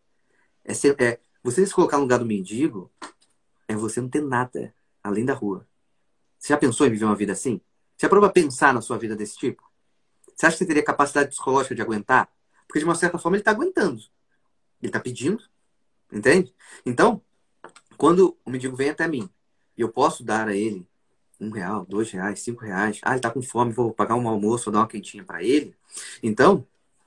Você se colocar no lugar do mendigo, é você não ter nada além da rua. Você já pensou em viver uma vida assim? Você já parou pra pensar na sua vida desse tipo? Você acha que você teria capacidade psicológica de aguentar? Porque de uma certa forma ele tá aguentando. Ele tá pedindo. Entende? Então, quando o mendigo vem até mim e eu posso dar a ele R$ 1, R$ 2, R$ 5. Ah, ele tá com fome, vou pagar um almoço, vou dar uma quentinha para ele. Então,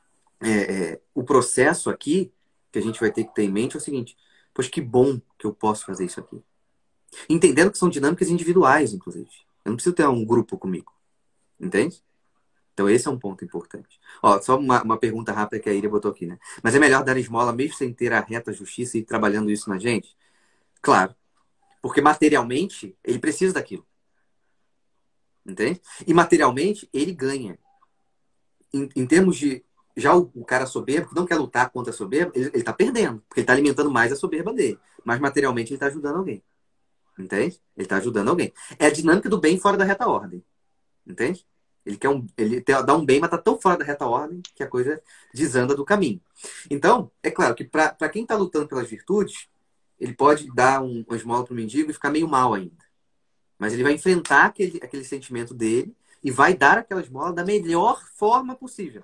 o processo aqui que a gente vai ter que ter em mente é o seguinte: poxa, que bom que eu posso fazer isso aqui. Entendendo que são dinâmicas individuais, inclusive. Eu não preciso ter um grupo comigo. Entende? Então esse é um ponto importante. Ó, só uma pergunta rápida que a Iria botou aqui, né? Mas é melhor dar esmola mesmo sem ter a reta justiça e ir trabalhando isso na gente? Claro. Porque materialmente ele precisa daquilo. Entende? E materialmente ele ganha. Em termos de... Já o cara soberbo, que não quer lutar contra a soberba, ele tá perdendo. Porque ele tá alimentando mais a soberba dele. Mas materialmente ele tá ajudando alguém. Entende? Ele tá ajudando alguém. É a dinâmica do bem fora da reta ordem. Entende? Ele dá um bem, mas tá tão fora da reta ordem que a coisa desanda do caminho. Então, é claro que para quem tá lutando pelas virtudes, ele pode dar uma esmola pro mendigo e ficar meio mal ainda. Mas ele vai enfrentar aquele sentimento dele e vai dar aquela esmola da melhor forma possível.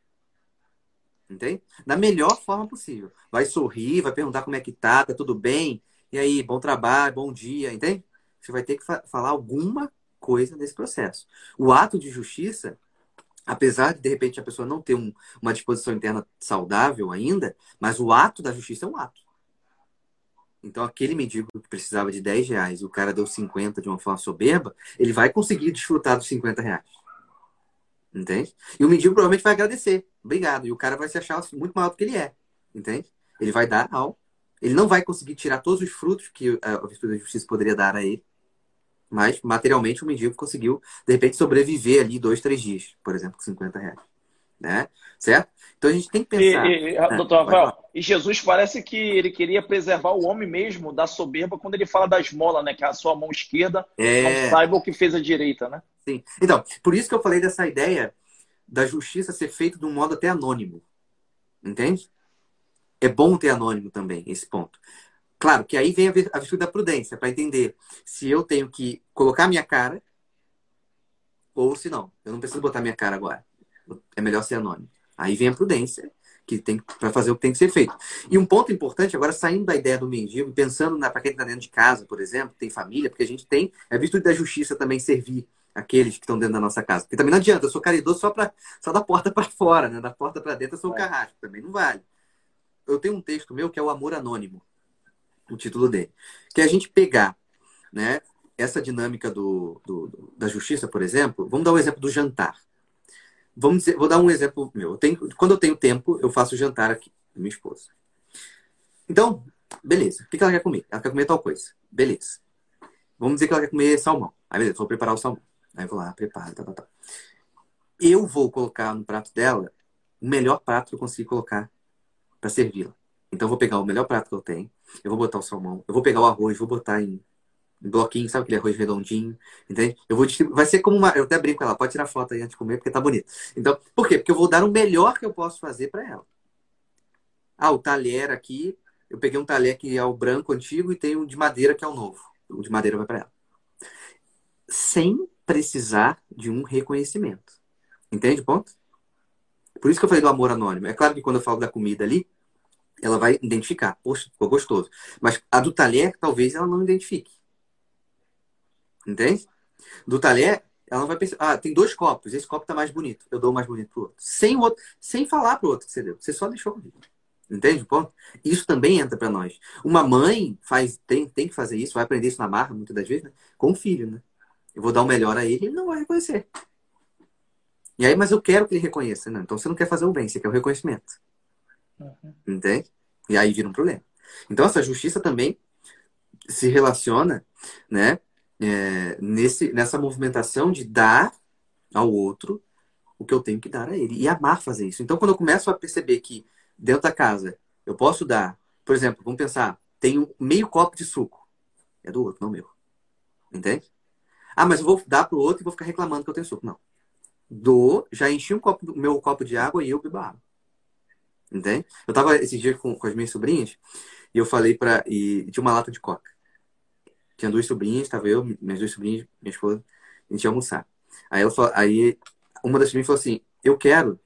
Entende? Da melhor forma possível. Vai sorrir, vai perguntar como é que tá tudo bem? E aí, bom trabalho, bom dia, entende? Você vai ter que falar alguma coisa desse processo. O ato de justiça, apesar de repente a pessoa não ter uma disposição interna saudável ainda, mas o ato da justiça é um ato. Então aquele mendigo que precisava de R$ 10 e o cara deu 50 de uma forma soberba, ele vai conseguir desfrutar dos R$ 50. Entende? E o mendigo provavelmente vai agradecer. Obrigado. E o cara vai se achar muito maior do que ele é. Entende? Ele vai dar ao. Ele não vai conseguir tirar todos os frutos que a virtude da justiça poderia dar a ele. Mas, materialmente, o mendigo conseguiu, de repente, sobreviver ali 2, 3 dias, por exemplo, com R$ 50. Né? Certo? Então a gente tem que pensar. Doutor Pode Rafael, falar. e Jesus parece que ele queria preservar o homem mesmo da soberba quando ele fala da esmola, né? Que a sua mão esquerda não É, saiba o que fez a direita, né? sim. Então, por isso que eu falei dessa ideia da justiça ser feita de um modo até anônimo. Entende? É bom ter anônimo também, esse ponto. Claro que aí vem a virtude da prudência, para entender se eu tenho que colocar minha cara ou se não. Eu não preciso botar minha cara agora. É melhor ser anônimo. Aí vem a prudência, que tem para fazer o que tem que ser feito. E um ponto importante, agora saindo da ideia do mendigo, pensando para quem está dentro de casa, por exemplo, tem família, porque a gente tem, é virtude da justiça também servir aqueles que estão dentro da nossa casa. Porque também não adianta, eu sou caridoso só da porta para fora, né? Da porta para dentro eu sou o carrasco, também não vale. Eu tenho um texto meu que é o Amor Anônimo, o título dele, que é a gente pegar, né, essa dinâmica da justiça, por exemplo. Vamos dar o exemplo do jantar. Vamos dizer, vou dar um exemplo meu. Quando eu tenho tempo, eu faço jantar aqui, com minha esposa. Então, beleza. O que ela quer comer? Ela quer comer tal coisa. Beleza. Vamos dizer que ela quer comer salmão. Aí, beleza, vou preparar o salmão. Aí eu vou lá, preparo, tá. Eu vou colocar no prato dela o melhor prato que eu consigo colocar para servi-la. Então, eu vou pegar o melhor prato que eu tenho, eu vou botar o salmão, eu vou pegar o arroz, vou botar em bloquinho, sabe aquele arroz redondinho, entende? Eu vou distribuir, vai ser como uma, eu até brinco com ela, pode tirar foto aí antes de comer porque tá bonito. Então, por quê? Porque eu vou dar o melhor que eu posso fazer para ela. Ah, o talher aqui, eu peguei um talher que é o branco antigo e tem um de madeira que é o novo. O de madeira vai para ela. Sem precisar de um reconhecimento. Entende o ponto? Por isso que eu falei do amor anônimo. É claro que quando eu falo da comida ali, ela vai identificar. Poxa, ficou gostoso. Mas a do talher, talvez ela não identifique. Entende? Do talher, ela não vai pensar. Ah, tem 2 copos. Esse copo tá mais bonito. Eu dou o mais bonito pro outro. Sem falar pro outro que você deu. Você só deixou comigo. Entende o ponto? Isso também entra para nós. Uma mãe tem que fazer isso, vai aprender isso na marra, muitas das vezes, né? Com o filho, né? Eu vou dar o melhor a ele, ele não vai reconhecer. E aí, mas eu quero que ele reconheça, né? Então você não quer fazer o bem, você quer o reconhecimento. Entende? E aí vira um problema. Então essa justiça também se relaciona, né? Nessa movimentação de dar ao outro o que eu tenho que dar a ele. E amar fazer isso. Então, quando eu começo a perceber que dentro da casa eu posso dar, por exemplo, vamos pensar, tenho meio copo de suco. É do outro, não meu. Entende? Ah, mas eu vou dar pro outro e vou ficar reclamando que eu tenho suco. Não. Dou, já enchi meu copo de água e eu bebo água. Entende? Eu tava esses dias com as minhas sobrinhas e eu falei e tinha uma lata de coca. Tinha 2 sobrinhas, tava eu, minhas 2 sobrinhas, minha esposa, a gente ia almoçar. Aí uma das sobrinhas falou assim: Eu quero.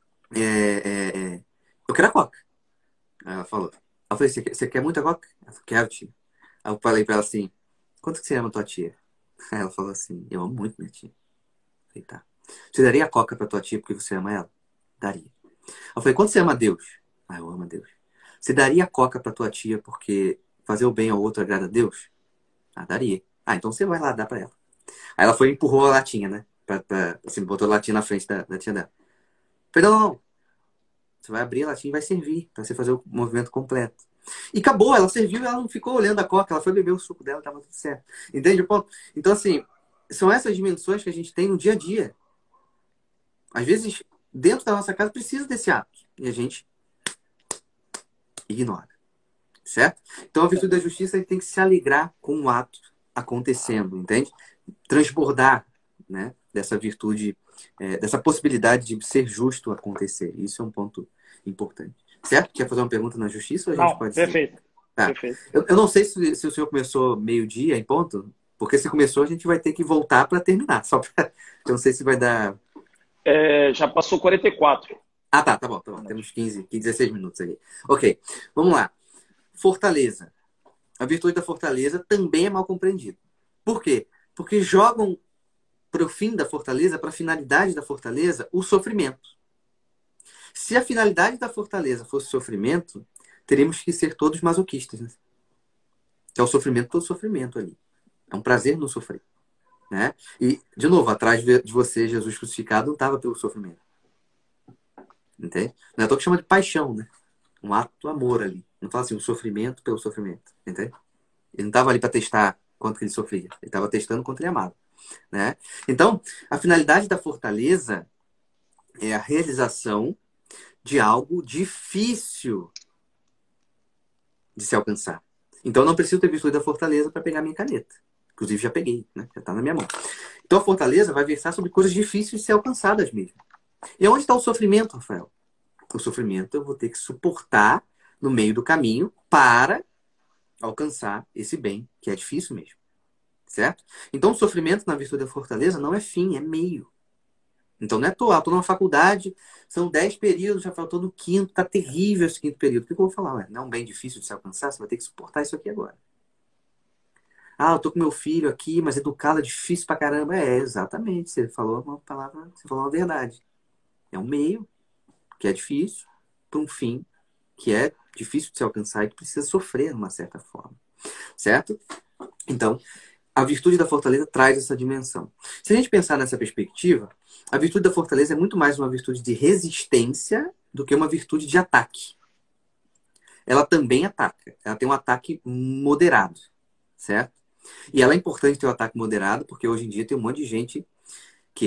Eu quero a coca. Aí ela falou. Eu falei: Você quer muita coca? Ela falou: Quero, tia. Aí eu falei pra ela assim: Quanto que você ama tua tia? Aí ela falou assim: Eu amo muito minha tia. Eu falei: Tá. Você daria a coca pra tua tia porque você ama ela? Daria. Eu falei: Quanto você ama a Deus? Ah, eu amo a Deus. Você daria a coca pra tua tia porque fazer o bem ao outro agrada a Deus? Ah, daria. Ah, então você vai lá dar pra ela. Aí ela foi e empurrou a latinha, né? Assim, botou a latinha na frente da tia dela. Eu falei: Não. Você vai abrir a latinha e vai servir, pra você fazer o movimento completo. E acabou, ela serviu e ela não ficou olhando a coca, ela foi beber o suco dela, tava tudo certo. Entende o ponto? Então, assim, são essas dimensões que a gente tem no dia a dia. Às vezes, dentro da nossa casa, precisa desse ato. E a gente ignora. Certo? Então, a virtude da justiça tem que se alegrar com o ato acontecendo, entende? Transbordar, né, dessa virtude, dessa possibilidade de ser justo acontecer. Isso é um ponto importante. Certo? Quer fazer uma pergunta na justiça ou a gente Não, pode seguir? perfeito. Tá. Perfeito. Eu não sei se o senhor começou meio-dia em ponto, porque se começou a gente vai ter que voltar para terminar. Eu não sei se vai dar. Já passou 44. Ah, tá bom, tá bom. Temos 16 minutos ali. Ok, vamos lá. Fortaleza. A virtude da fortaleza também é mal compreendida. Por quê? Porque jogam para o fim da fortaleza, para a finalidade da fortaleza, o sofrimento. Se a finalidade da fortaleza fosse sofrimento, teríamos que ser todos masoquistas, né? É o sofrimento todo sofrimento ali. É um prazer no sofrer. né? E, de novo, atrás de você, Jesus crucificado, não estava pelo sofrimento. Entende? Não é à toa que chama de paixão, né? Um ato do amor ali. Não fala assim, o sofrimento pelo sofrimento. Entende? Ele não estava ali para testar quanto que ele sofria. Ele estava testando quanto ele amava. Né? Então, a finalidade da fortaleza é a realização de algo difícil de se alcançar. Então, eu não preciso ter virtude da fortaleza para pegar minha caneta. Inclusive, já peguei, né? Já está na minha mão. Então, a fortaleza vai versar sobre coisas difíceis de ser alcançadas mesmo. E onde está o sofrimento, Rafael? O sofrimento eu vou ter que suportar no meio do caminho para alcançar esse bem, que é difícil mesmo. Certo? Então, o sofrimento na virtude da fortaleza não é fim, é meio. Então, não é tô numa faculdade, são 10 períodos, já faltou no quinto, tá terrível esse quinto período. O que eu vou falar? Ué, não é um bem difícil de se alcançar, você vai ter que suportar isso aqui agora. Ah, eu tô com meu filho aqui, mas educá-lo é difícil pra caramba. É, exatamente, você falou uma palavra, você falou uma verdade. É um meio que é difícil para um fim que é difícil de se alcançar e que precisa sofrer de uma certa forma. Certo? Então, a virtude da fortaleza traz essa dimensão. Se a gente pensar nessa perspectiva, a virtude da fortaleza é muito mais uma virtude de resistência do que uma virtude de ataque. Ela também ataca. Ela tem um ataque moderado, certo? E ela é importante ter um ataque moderado, porque hoje em dia tem um monte de gente que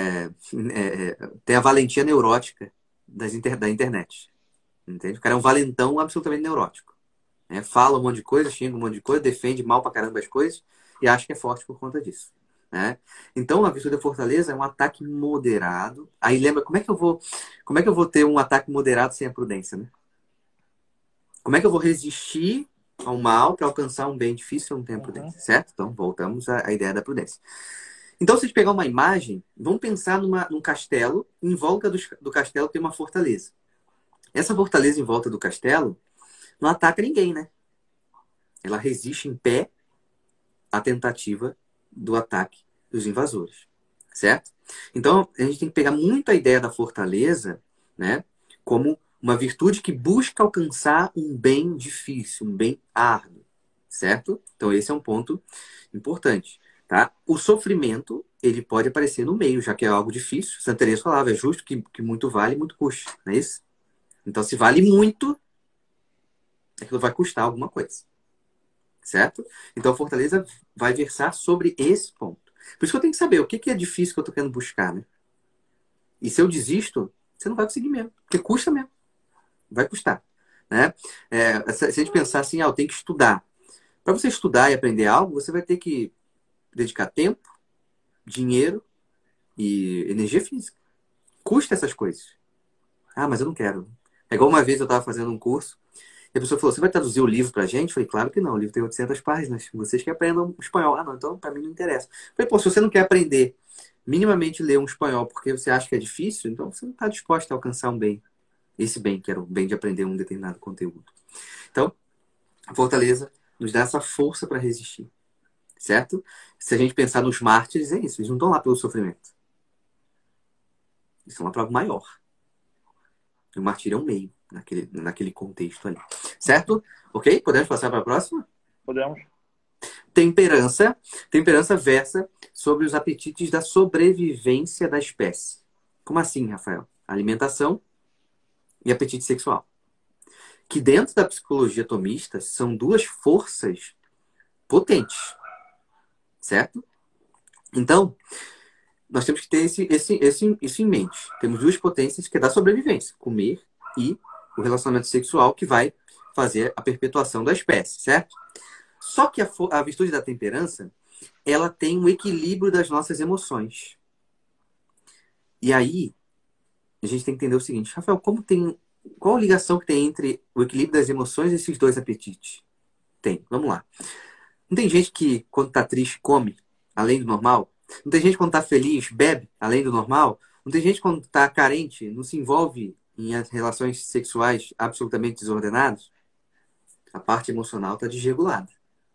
tem a valentia neurótica da internet. Entende? O cara é um valentão absolutamente neurótico. Né? Fala um monte de coisa, xinga um monte de coisa, defende mal pra caramba as coisas e acha que é forte por conta disso. Né? Então, a virtude da fortaleza é um ataque moderado. Aí lembra, como é que eu vou ter um ataque moderado sem a prudência? Né? Como é que eu vou resistir ao mal para alcançar um bem difícil se eu não tenho prudência? Certo? Então, voltamos à ideia da prudência. Então, se a gente pegar uma imagem, vamos pensar num castelo. Em volta do castelo tem uma fortaleza. Essa fortaleza em volta do castelo não ataca ninguém, né? Ela resiste em pé à tentativa do ataque dos invasores, certo? Então, a gente tem que pegar muito a ideia da fortaleza, né, como uma virtude que busca alcançar um bem difícil, um bem árduo, certo? Então, esse é um ponto importante, tá? O sofrimento, ele pode aparecer no meio, já que é algo difícil. Santa Teresa falava, é justo que muito vale, muito custe, não é isso? Então, se vale muito, aquilo vai custar alguma coisa. Certo? Então, a fortaleza vai versar sobre esse ponto. Por isso que eu tenho que saber o que é difícil que eu estou querendo buscar, né? E se eu desisto, você não vai conseguir mesmo. Porque custa mesmo. Vai custar. Né? Se a gente pensar assim, eu tenho que estudar. Para você estudar e aprender algo, você vai ter que dedicar tempo, dinheiro e energia física. Custa essas coisas. Ah, mas eu não quero. É igual uma vez eu estava fazendo um curso. E a pessoa falou, você vai traduzir o livro pra gente? Eu falei, claro que não, o livro tem 800 páginas. Vocês que aprendam espanhol. Ah, não, então pra mim não interessa. Eu falei, pô, se você não quer aprender minimamente ler um espanhol porque você acha que é difícil, então você não está disposto a alcançar um bem. Esse bem, que era o bem de aprender um determinado conteúdo. Então, a fortaleza nos dá essa força para resistir. Certo? Se a gente pensar nos mártires, é isso. Eles não estão lá pelo sofrimento. Eles estão lá para algo maior. O martírio é um meio naquele contexto ali. Certo? Ok? Podemos passar para a próxima? Podemos. Temperança. Temperança versa sobre os apetites da sobrevivência da espécie. Como assim, Rafael? Alimentação e apetite sexual. Que dentro da psicologia tomista são duas forças potentes. Certo? Então, nós temos que ter isso em mente. Temos duas potências que é da sobrevivência. Comer e o relacionamento sexual que vai fazer a perpetuação da espécie, certo? Só que a virtude da temperança, ela tem um equilíbrio das nossas emoções. E aí, a gente tem que entender o seguinte, Rafael, qual a ligação que tem entre o equilíbrio das emoções e esses dois apetites? Tem, vamos lá. Não tem gente que, quando tá triste, come além do normal? Não tem gente que, quando tá feliz, bebe além do normal? Não tem gente que, quando tá carente, não se envolve em relações sexuais absolutamente desordenadas? A parte emocional tá desregulada.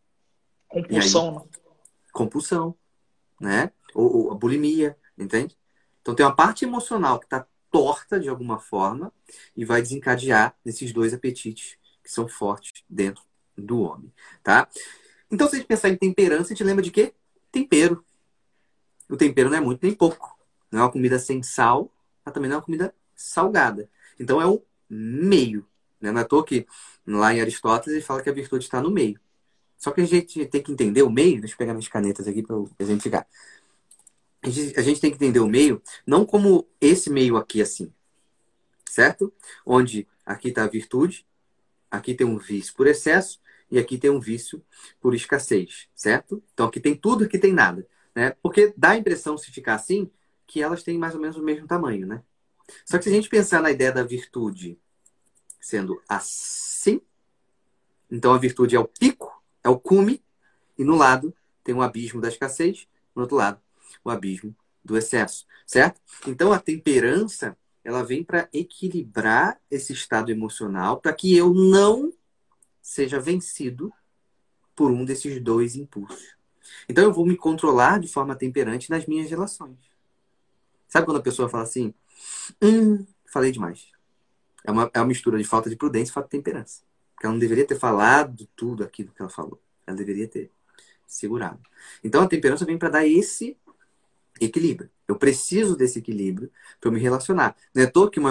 E aí, Compulsão, né? compulsão, né? Ou a bulimia, entende? Então tem uma parte emocional que está torta de alguma forma e vai desencadear esses dois apetites que são fortes dentro do homem, tá? Então se a gente pensar em temperança, a gente lembra de quê? Tempero. O tempero não é muito nem pouco. Não é uma comida sem sal, mas também não é uma comida salgada. Então é o meio. Né? Não é à toa que lá em Aristóteles ele fala que a virtude está no meio. Só que a gente tem que entender o meio. Deixa eu pegar minhas canetas aqui para exemplificar. A gente tem que entender o meio não como esse meio aqui assim, certo? Onde aqui está a virtude, aqui tem um vício por excesso e aqui tem um vício por escassez, certo? Então aqui tem tudo, aqui tem nada, né? Porque dá a impressão, se ficar assim, que elas têm mais ou menos o mesmo tamanho, né? Só que se a gente pensar na ideia da virtude sendo assim, então a virtude é o pico, é o cume, e no lado tem um abismo da escassez, no outro lado, o abismo do excesso, certo? Então a temperança, ela vem para equilibrar esse estado emocional para que eu não seja vencido por um desses dois impulsos. Então eu vou me controlar de forma temperante nas minhas relações. Sabe quando a pessoa fala assim, falei demais. É uma mistura de falta de prudência e falta de temperança. Porque ela não deveria ter falado tudo aquilo que ela falou. Ela deveria ter segurado. Então a temperança vem para dar esse equilíbrio. Eu preciso desse equilíbrio para eu me relacionar. Não é à toa que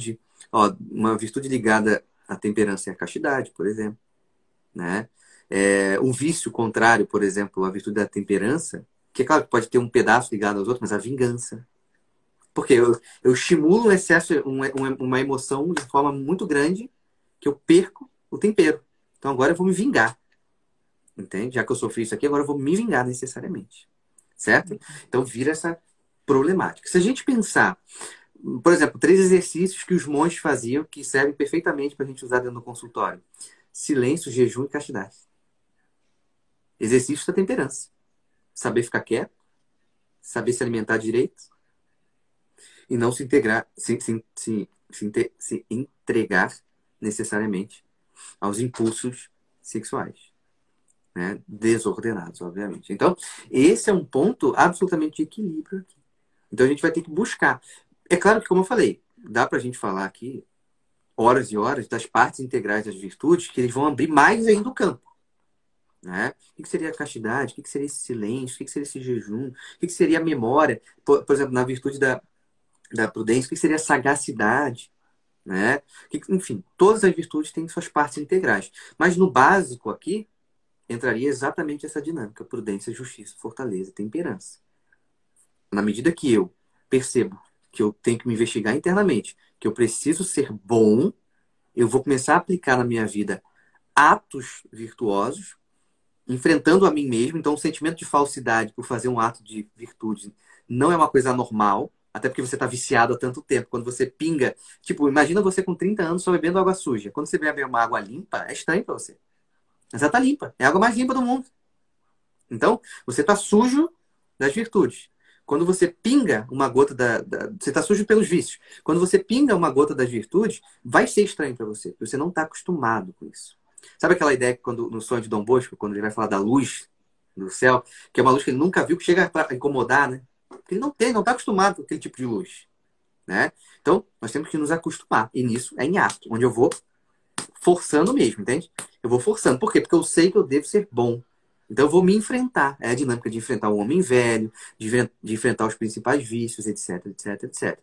uma virtude ligada à temperança é a castidade, por exemplo. Né? Um vício contrário, por exemplo, à virtude da temperança, que é claro que pode ter um pedaço ligado aos outros, mas a vingança. Porque eu estimulo um excesso, uma emoção de forma muito grande que eu perco o tempero. Então agora eu vou me vingar. Entende? Já que eu sofri isso aqui, agora eu vou me vingar necessariamente. Certo? Então vira essa problemática. Se a gente pensar, por exemplo, 3 exercícios que os monges faziam que servem perfeitamente para a gente usar dentro do consultório: silêncio, jejum e castidade. Exercício da temperança. Saber ficar quieto, saber se alimentar direito e não se integrar, se entregar necessariamente aos impulsos sexuais, né? Desordenados, obviamente. Então, esse é um ponto absolutamente de equilíbrio aqui. Então, a gente vai ter que buscar. É claro que, como eu falei, dá para a gente falar aqui horas e horas das partes integrais das virtudes que eles vão abrir mais ainda o campo. Né? O que seria a castidade? O que seria esse silêncio? O que seria esse jejum? O que seria a memória? Por exemplo, na virtude da prudência, o que seria a sagacidade? Né? Enfim, todas as virtudes têm suas partes integrais. Mas no básico aqui, entraria exatamente essa dinâmica: prudência, justiça, fortaleza, temperança. Na medida que eu percebo que eu tenho que me investigar internamente, que eu preciso ser bom, eu vou começar a aplicar na minha vida atos virtuosos, enfrentando a mim mesmo. Então, o sentimento de falsidade por fazer um ato de virtude não é uma coisa normal, até porque você está viciado há tanto tempo. Quando você pinga, tipo, imagina você com 30 anos só bebendo água suja. Quando você bebe uma água limpa, é estranho para você. Mas ela está limpa. É a água mais limpa do mundo. Então, você está sujo das virtudes. Quando você pinga uma gota você está sujo pelos vícios. Quando você pinga uma gota das virtudes, vai ser estranho para você, porque você não está acostumado com isso. Sabe aquela ideia que no sonho de Dom Bosco, quando ele vai falar da luz do céu, que é uma luz que ele nunca viu, que chega para incomodar, né? Porque ele não está acostumado com aquele tipo de luz. Né? Então, nós temos que nos acostumar. E nisso é em ato, onde eu vou forçando mesmo, entende? Eu vou forçando. Por quê? Porque eu sei que eu devo ser bom. Então eu vou me enfrentar. É a dinâmica de enfrentar o homem velho, de enfrentar os principais vícios, etc, etc, etc.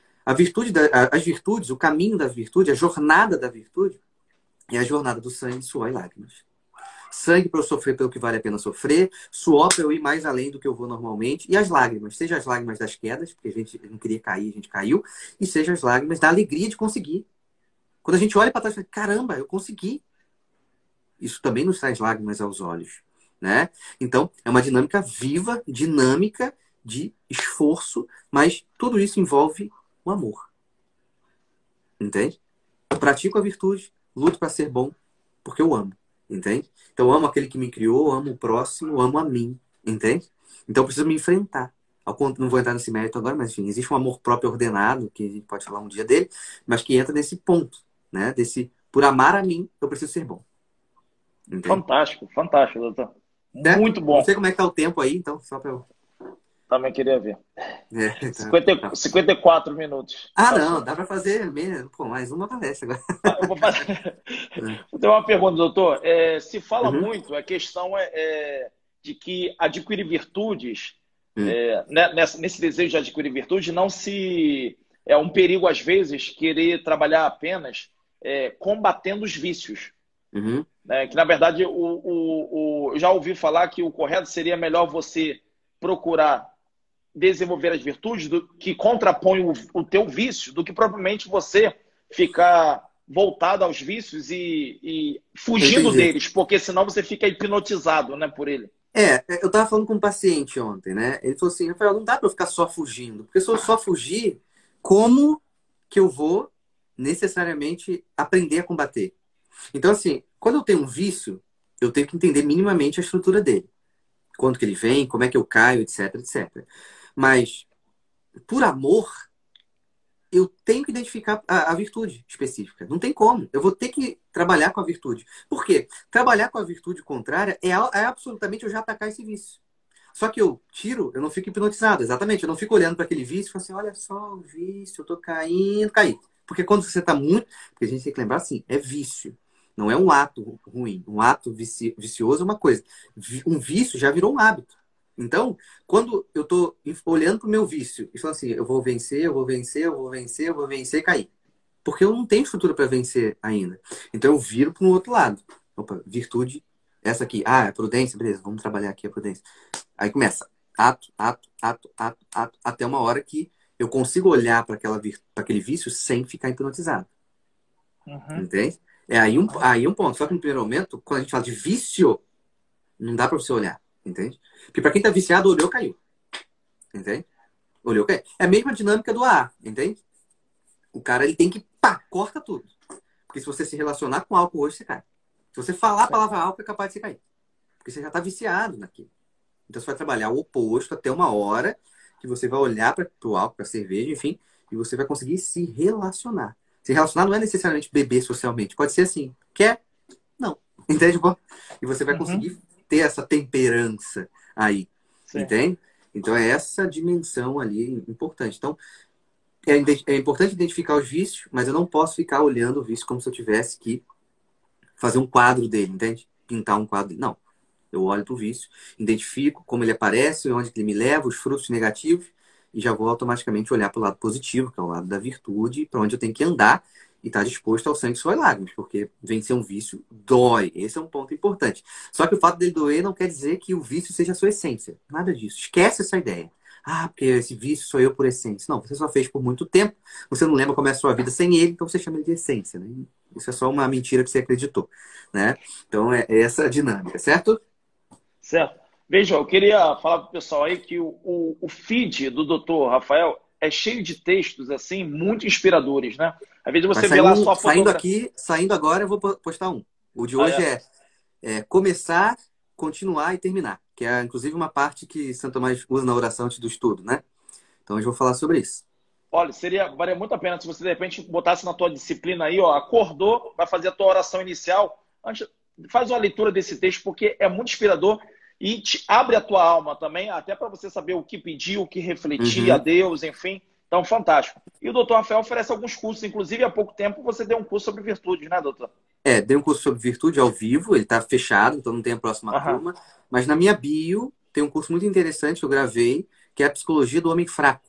As virtudes, o caminho da virtude, a jornada da virtude, é a jornada do sangue, suor e lágrimas. Sangue para eu sofrer pelo que vale a pena sofrer, suor para eu ir mais além do que eu vou normalmente, e as lágrimas, seja as lágrimas das quedas, porque a gente não queria cair, a gente caiu, e seja as lágrimas da alegria de conseguir. Quando a gente olha para trás, fala, caramba, eu consegui. Isso também nos traz lágrimas aos olhos. Né? Então, é uma dinâmica viva, dinâmica de esforço, mas tudo isso envolve o amor. Entende? Eu pratico a virtude, luto para ser bom, porque eu amo. Entende? Então, eu amo aquele que me criou, amo o próximo, amo a mim. Entende? Então, eu preciso me enfrentar. Não vou entrar nesse mérito agora, mas enfim, existe um amor próprio ordenado, que a gente pode falar um dia dele, mas que entra nesse ponto, né? Por amar a mim, eu preciso ser bom. Entende? Fantástico, fantástico, doutor. Muito bom. Não sei como é que tá o tempo aí, então, só para eu... Também queria ver. Tá. 54 minutos. Não, dá para fazer mesmo. Pô, mais uma palestra agora. Eu tenho uma pergunta, doutor. Se fala muito, a questão de que adquirir virtudes Hum. Nesse desejo de adquirir virtude, não se... É um perigo, às vezes, querer trabalhar apenas combatendo os vícios. Uhum. Né? Que, na verdade, eu já ouvi falar que o correto seria melhor você procurar desenvolver as virtudes que contrapõem o teu vício, do que propriamente você ficar voltado aos vícios e Eu fugindo entendi. deles, porque senão você fica hipnotizado, né, por ele. Eu tava falando com um paciente ontem, né? Ele falou assim, Rafael, não dá pra eu ficar só fugindo, porque se eu só fugir, como que eu vou necessariamente aprender a combater? Então, assim, quando eu tenho um vício, eu tenho que entender minimamente a estrutura dele. Quando que ele vem, como é que eu caio, etc, etc. Mas, por amor, eu tenho que identificar a virtude específica. Não tem como. Eu vou ter que trabalhar com a virtude. Por quê? Trabalhar com a virtude contrária é absolutamente eu já atacar esse vício. Só que eu tiro, eu não fico hipnotizado. Exatamente. Eu não fico olhando para aquele vício e falo assim, olha só o vício, eu tô caindo, caí. Porque quando você tá muito... Porque a gente tem que lembrar assim, é vício. Não é um ato ruim. Um ato vicioso é uma coisa. Um vício já virou um hábito. Então, quando eu tô olhando pro meu vício e falando assim, eu vou vencer, eu vou vencer, eu vou vencer, eu vou vencer e cair. Porque eu não tenho estrutura para vencer ainda. Então eu viro para um outro lado. Opa, virtude, essa aqui. Ah, é prudência, beleza, vamos trabalhar aqui a prudência. Aí começa ato, ato, ato, ato, ato, até uma hora que eu consigo olhar para aquele vício sem ficar hipnotizado. Uhum. Entende? É aí um ponto. Só que no primeiro momento, quando a gente fala de vício, não dá para você olhar. Entende? Porque para quem tá viciado, olhou, caiu. Entende? Olhou, caiu. É a mesma dinâmica do ar. Entende? O cara, ele tem que, pá, corta tudo. Porque se você se relacionar com álcool hoje, você cai. Se você falar a palavra álcool, é capaz de você cair. Porque você já tá viciado naquilo. Então você vai trabalhar o oposto até uma hora que você vai olhar para o álcool, para a cerveja, enfim, e você vai conseguir se relacionar. Se relacionar não é necessariamente beber socialmente. Pode ser assim. Quer? Não. Entende, pô? E você vai Uhum. conseguir ter essa temperança aí. Sim. Entende? Então é essa dimensão ali importante. Então, é importante identificar os vícios, mas eu não posso ficar olhando o vício como se eu tivesse que fazer um quadro dele, entende? Pintar um quadro dele. Não. Eu olho para o vício, identifico como ele aparece, onde ele me leva, os frutos negativos, e já vou automaticamente olhar para o lado positivo, que é o lado da virtude, para onde eu tenho que andar e estar disposto ao sangue, suor e lágrimas, porque vencer um vício dói. Esse é um ponto importante. Só que o fato dele doer não quer dizer que o vício seja a sua essência. Nada disso. Esquece essa ideia. Ah, porque esse vício sou eu por essência. Não, você só fez por muito tempo, você não lembra como é a sua vida sem ele, então você chama ele de essência. Né? Isso é só uma mentira que você acreditou. Né? Então é essa a dinâmica, certo? Certo. Veja, eu queria falar para o pessoal aí que o feed do Dr. Rafael é cheio de textos, assim, muito inspiradores, né? Às vezes Vai você vê sair lá um, sua saindo fotografia. aqui, saindo agora, eu vou postar um. O de Ah, hoje é? é começar, continuar e terminar. Que é, inclusive, uma parte que Santo Tomás usa na oração antes do estudo, né? Então, hoje eu vou falar sobre isso. Olha, valia muito a pena se você, de repente, botasse na tua disciplina aí, ó, acordou, vai fazer a tua oração inicial, faz uma leitura desse texto, porque é muito inspirador e te abre a tua alma também, até para você saber o que pedir, o que refletir a Uhum. Deus, enfim. Então, fantástico. E o doutor Rafael oferece alguns cursos, inclusive há pouco tempo você deu um curso sobre virtudes, né, doutor? Dei um curso sobre virtude ao vivo, ele tá fechado, então não tem a próxima Aham. turma. Mas na minha bio tem um curso muito interessante que eu gravei, que é a Psicologia do Homem Fraco,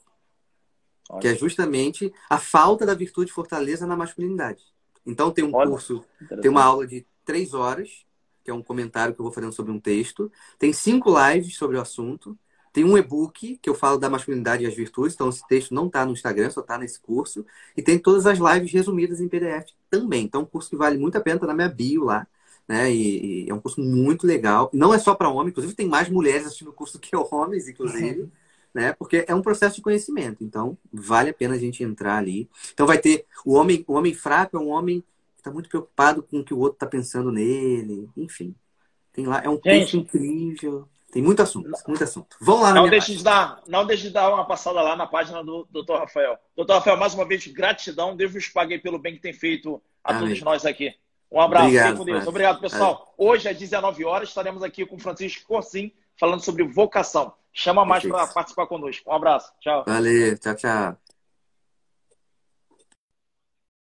que Olha, é justamente a falta da virtude fortaleza na masculinidade. Então tem um olha, curso, tem uma interessante. aula de 3 horas, que é um comentário que eu vou fazendo sobre um texto. Tem 5 lives sobre o assunto. Tem um e-book que eu falo da masculinidade e as virtudes. Então esse texto não está no Instagram, só está nesse curso. E tem todas as lives resumidas em PDF também. Então é um curso que vale muito a pena, está na minha bio lá. Né? E é um curso muito legal. Não é só para homem, inclusive tem mais mulheres assistindo o curso que homens, inclusive. Né? Porque é um processo de conhecimento. Então, vale a pena a gente entrar ali. Então, vai ter o homem fraco é um homem que está muito preocupado com o que o outro está pensando nele. Enfim, tem lá. É um texto Gente, incrível. Tem muito assunto, muito assunto. Vão lá na minha página. não deixe de dar uma passada lá na página do Dr. Rafael. Doutor Rafael, mais uma vez, gratidão. Deus vos pague pelo bem que tem feito a todos Amém. nós aqui. Um abraço, fiquem Obrigado, com Deus. Fábio. Obrigado, Valeu. pessoal. Hoje, às 19 horas, estaremos aqui com o Francisco Corsim, falando sobre vocação. Chama mais Perfeito. para participar conosco. Um abraço. Tchau. Valeu. Tchau, tchau.